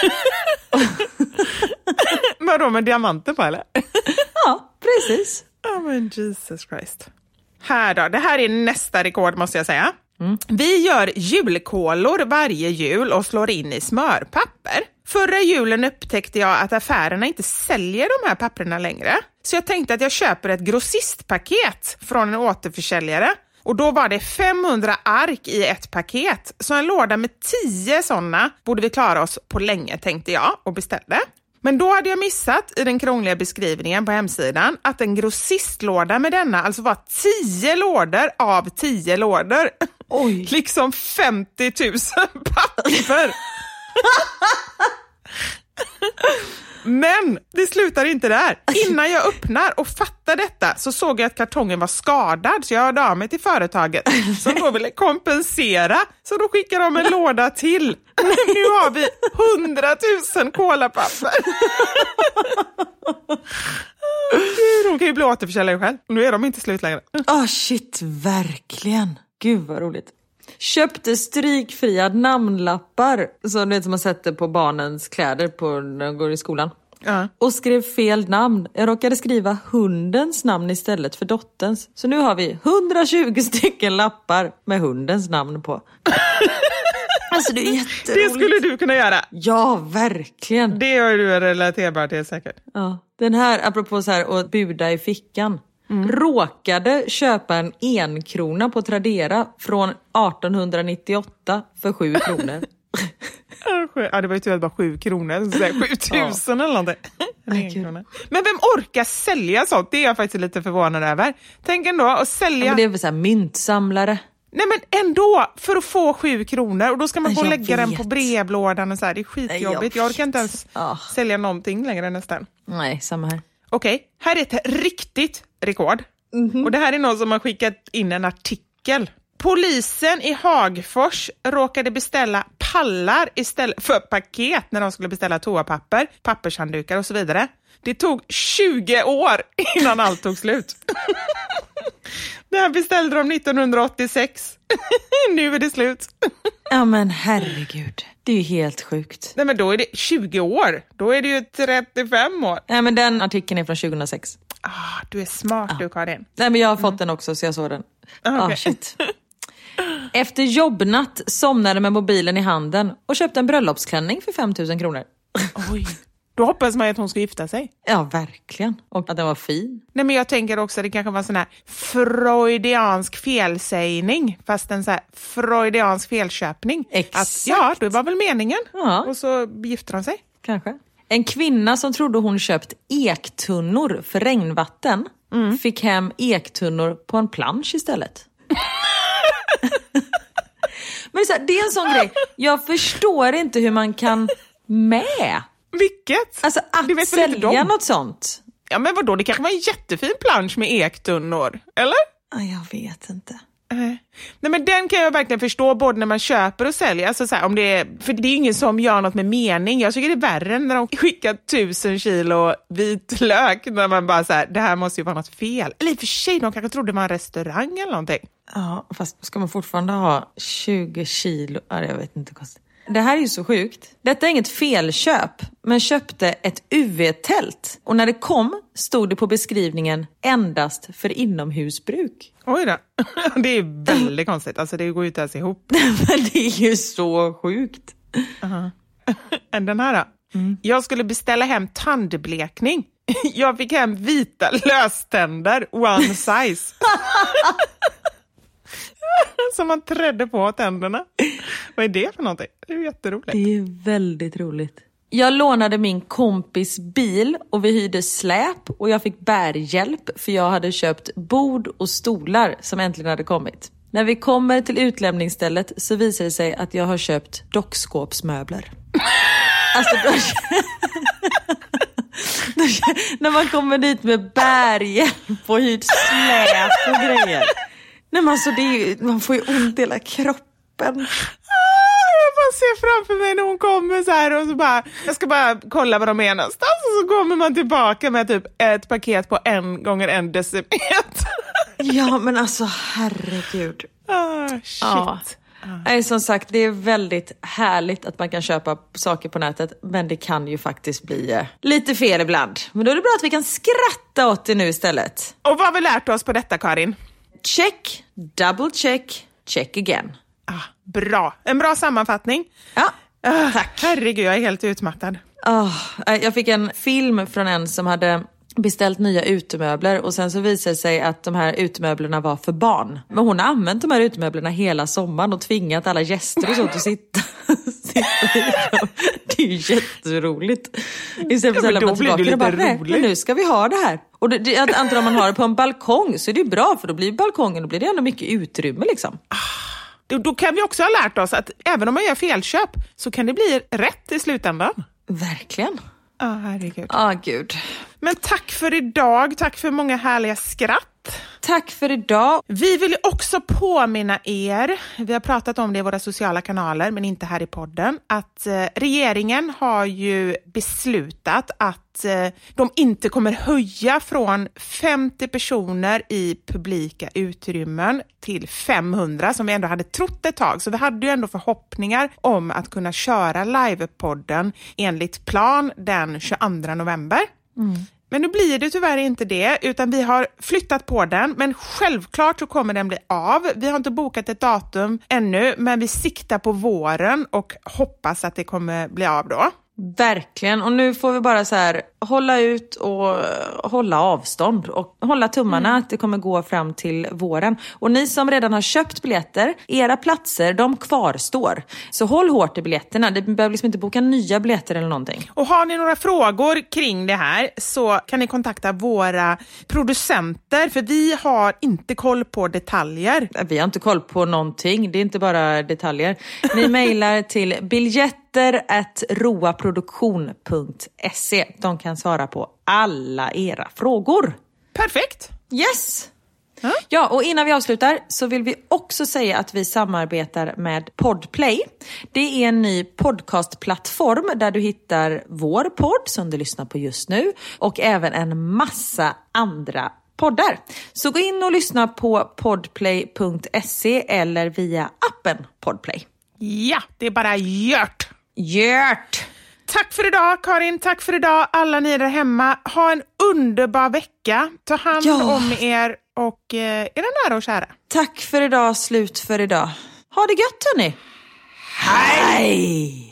[SPEAKER 7] Vadå, med diamanter på eller?
[SPEAKER 6] Ja, precis.
[SPEAKER 7] Oh, men Jesus Christ. Här då, det här är nästa rekord måste jag säga. Mm. Vi gör julkolor varje jul och slår in i smörpapper. Förra julen upptäckte jag att affärerna inte säljer de här papperna längre. Så jag tänkte att jag köper ett grossistpaket från en återförsäljare. Och då var det femhundra ark i ett paket. Så en låda med tio sådana borde vi klara oss på länge, tänkte jag, och beställde. Men då hade jag missat i den krångliga beskrivningen på hemsidan att en grossistlåda med denna alltså var tio lådor av tio lådor.
[SPEAKER 6] Oj.
[SPEAKER 7] Liksom femtio tusen papper. Men det slutar inte där. Innan jag öppnar och fattar detta så såg jag att kartongen var skadad, så jag hörde av mig till företaget som då ville kompensera. Så då skickar de en låda till. Nu har vi hundratusen kolapapper. De kan ju bli återförsäljare själv. Nu är de inte slut längre.
[SPEAKER 6] Åh oh, shit, verkligen. Gud vad roligt. Köpte strykfria namnlappar som du vet som man sätter på barnens kläder på när de går i skolan.
[SPEAKER 7] Ja.
[SPEAKER 6] Och skrev fel namn. Jag råkade skriva hundens namn istället för dotterns. Så nu har vi hundratjugo stycken lappar med hundens namn på. Alltså det är jätteroligt.
[SPEAKER 7] Det skulle du kunna göra.
[SPEAKER 6] Ja, verkligen.
[SPEAKER 7] Det är du relaterbar till säkert.
[SPEAKER 6] Ja, den här, apropå så här att buda i fickan. Mm. Råkade köpa en enkrona på Tradera från arton nittioåtta för sju kronor.
[SPEAKER 7] Ja, det var ju tyvärr bara sju kronor. sju tusen eller någonting. Men vem orkar sälja sånt? Det är jag faktiskt lite förvånad över. Tänk ändå att sälja...
[SPEAKER 6] Ja, men det är väl så här myntsamlare.
[SPEAKER 7] Nej men ändå, för att få sju kronor. Och då ska man gå och lägga
[SPEAKER 6] vet.
[SPEAKER 7] den på brevlådan och så här. Det är skitjobbigt. Jag, jag orkar inte ens
[SPEAKER 6] oh.
[SPEAKER 7] sälja någonting längre nästan.
[SPEAKER 6] Nej, samma här.
[SPEAKER 7] Okej, okay, här är ett riktigt rekord. Mm-hmm. Och det här är någon som har skickat in en artikel. Polisen i Hagfors råkade beställa pallar istället för paket när de skulle beställa toapapper, pappershanddukar och så vidare. Det tog tjugo år innan allt tog slut. Det här beställde de nittonhundraåttiosex. Nu är det slut.
[SPEAKER 6] Ja men herregud, det är ju helt sjukt.
[SPEAKER 7] Nej men då är det tjugo år. Då är det ju trettiofem år.
[SPEAKER 6] Nej men den artikeln är från tjugohundrasex.
[SPEAKER 7] Ah, du är smart ah. du Karin.
[SPEAKER 6] Nej men jag har fått mm. den också så jag såg den. Ah, okay. shit. Efter jobbnatt somnade med mobilen i handen och köpte en bröllopsklänning för fem tusen kronor.
[SPEAKER 7] Oj. Då hoppas man att hon ska gifta sig.
[SPEAKER 6] Ja, verkligen. Och att den var fin.
[SPEAKER 7] Nej, men jag tänker också att det kanske var en sån här freudiansk felsägning. Fast en sån här freudiansk felköpning.
[SPEAKER 6] Exakt.
[SPEAKER 7] Att, ja, det var väl meningen.
[SPEAKER 6] Ja.
[SPEAKER 7] Och så gifter de sig.
[SPEAKER 6] Kanske. En kvinna som trodde hon köpt ektunnor för regnvatten mm. fick hem ektunnor på en plansch istället. Men det är, så här, det är en sån grej. Jag förstår inte hur man kan med...
[SPEAKER 7] Vilket?
[SPEAKER 6] Alltså att sälja något sånt.
[SPEAKER 7] Ja men vadå, det kanske var en jättefin plansch med ektunnor, eller?
[SPEAKER 6] Jag vet inte.
[SPEAKER 7] Uh, nej men den kan jag verkligen förstå både när man köper och säljer. Alltså, så här, om det är, för det är ingen som gör något med mening. Jag tycker det är värre när de skickar tusen kilo vitlök. När man bara så här, det här måste ju vara något fel. Eller i och för sig, de kanske trodde det var en restaurang eller någonting.
[SPEAKER 6] Ja, fast ska man fortfarande ha tjugo kilo? Ja, jag vet inte konstigt. Det här är ju så sjukt. Detta är inget felköp, men köpte ett U V-tält. Och när det kom stod det på beskrivningen endast för inomhusbruk.
[SPEAKER 7] Oj då. Det är väldigt konstigt. Alltså det går ju inte ens ihop.
[SPEAKER 6] Men det är ju så sjukt.
[SPEAKER 7] Uh-huh. Den här då. Mm. Jag skulle beställa hem tandblekning. Jag fick hem vita löständer, one size. Som man trädde på tänderna. Vad är det för någonting? Det är jätteroligt.
[SPEAKER 6] Det är väldigt roligt. Jag lånade min kompis bil och vi hyrde släp och jag fick bärhjälp för jag hade köpt bord och stolar som äntligen hade kommit. När vi kommer till utlämningsstället så visar det sig att jag har köpt dockskåpsmöbler. Alltså då... när man kommer dit med bärhjälp och hyrt släp och grejer. Nej, men alltså, det är ju, man får ju ont i hela kroppen.
[SPEAKER 7] Jag bara ser framför mig när hon kommer så här och så bara, jag ska bara kolla vad de är någonstans, och så kommer man tillbaka med typ ett paket på en gånger en decimeter.
[SPEAKER 6] Ja, men alltså herregud.
[SPEAKER 7] Oh, shit.
[SPEAKER 6] Ja. Nej, som sagt, det är väldigt härligt att man kan köpa saker på nätet, men det kan ju faktiskt bli eh, lite fel ibland. Men då är det bra att vi kan skratta åt det nu istället.
[SPEAKER 7] Och vad har vi lärt oss på detta, Karin?
[SPEAKER 6] Check, double check, check again.
[SPEAKER 7] Ah, bra, en bra sammanfattning.
[SPEAKER 6] Ja,
[SPEAKER 7] ah,
[SPEAKER 6] tack.
[SPEAKER 7] Herregud, jag är helt utmattad.
[SPEAKER 6] Oh, jag fick en film från en som hade beställt nya utemöbler och sen så visade det sig att de här utemöblerna var för barn. Men hon har använt de här utemöblerna hela sommaren och tvingat alla gäster och så att sitta, sitta i dem. Det är ju jätteroligt. Istället för att lämna tillbaka det bara, nej, men nu ska vi ha det här. Och det, det, antar om man har det på en balkong så är det ju bra, för då blir balkongen, då blir det ändå mycket utrymme liksom.
[SPEAKER 7] Då, då kan vi också ha lärt oss att även om man gör felköp så kan det bli rätt i slutändan.
[SPEAKER 6] Verkligen.
[SPEAKER 7] Ja, oh, herregud.
[SPEAKER 6] Ja, oh, gud.
[SPEAKER 7] Men tack för idag. Tack för många härliga skratt.
[SPEAKER 6] Tack för idag.
[SPEAKER 7] Vi vill också påminna er, vi har pratat om det i våra sociala kanaler men inte här i podden, att eh, regeringen har ju beslutat att eh, de inte kommer höja från femtio personer i publika utrymmen till femhundra som vi ändå hade trott ett tag. Så vi hade ju ändå förhoppningar om att kunna köra livepodden enligt plan den tjugoandra november. Mm. Men nu blir det tyvärr inte det, utan vi har flyttat på den. Men självklart så kommer den bli av. Vi har inte bokat ett datum ännu, men vi siktar på våren och hoppas att det kommer bli av då.
[SPEAKER 6] Verkligen, och nu får vi bara så här hålla ut och hålla avstånd och hålla tummarna mm. att det kommer gå fram till våren. Och ni som redan har köpt biljetter, era platser, de kvarstår. Så håll hårt i biljetterna, det behöver liksom inte boka nya biljetter eller någonting.
[SPEAKER 7] Och har ni några frågor kring det här så kan ni kontakta våra producenter, för vi har inte koll på detaljer.
[SPEAKER 6] Vi har inte koll på någonting, det är inte bara detaljer. Ni mejlar till biljett at roaproduktion punkt se. De kan svara på alla era frågor.
[SPEAKER 7] Perfekt.
[SPEAKER 6] Yes. Huh? Ja, och innan vi avslutar så vill vi också säga att vi samarbetar med Podplay. Det är en ny podcastplattform där du hittar vår podd som du lyssnar på just nu och även en massa andra poddar. Så gå in och lyssna på podplay punkt se eller via appen Podplay.
[SPEAKER 7] Ja, det är bara gjort.
[SPEAKER 6] Gjort!
[SPEAKER 7] Tack för idag, Karin. Tack för idag, alla ni där hemma. Ha en underbar vecka. Ta hand ja. om er och eh, era nära och kära.
[SPEAKER 6] Tack för idag, slut för idag. Ha det gött, hörni. Hej!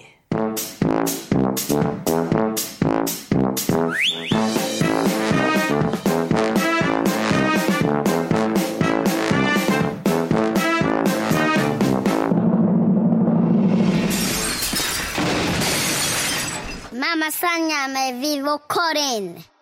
[SPEAKER 10] Mamma Sanja med Vivo Karin.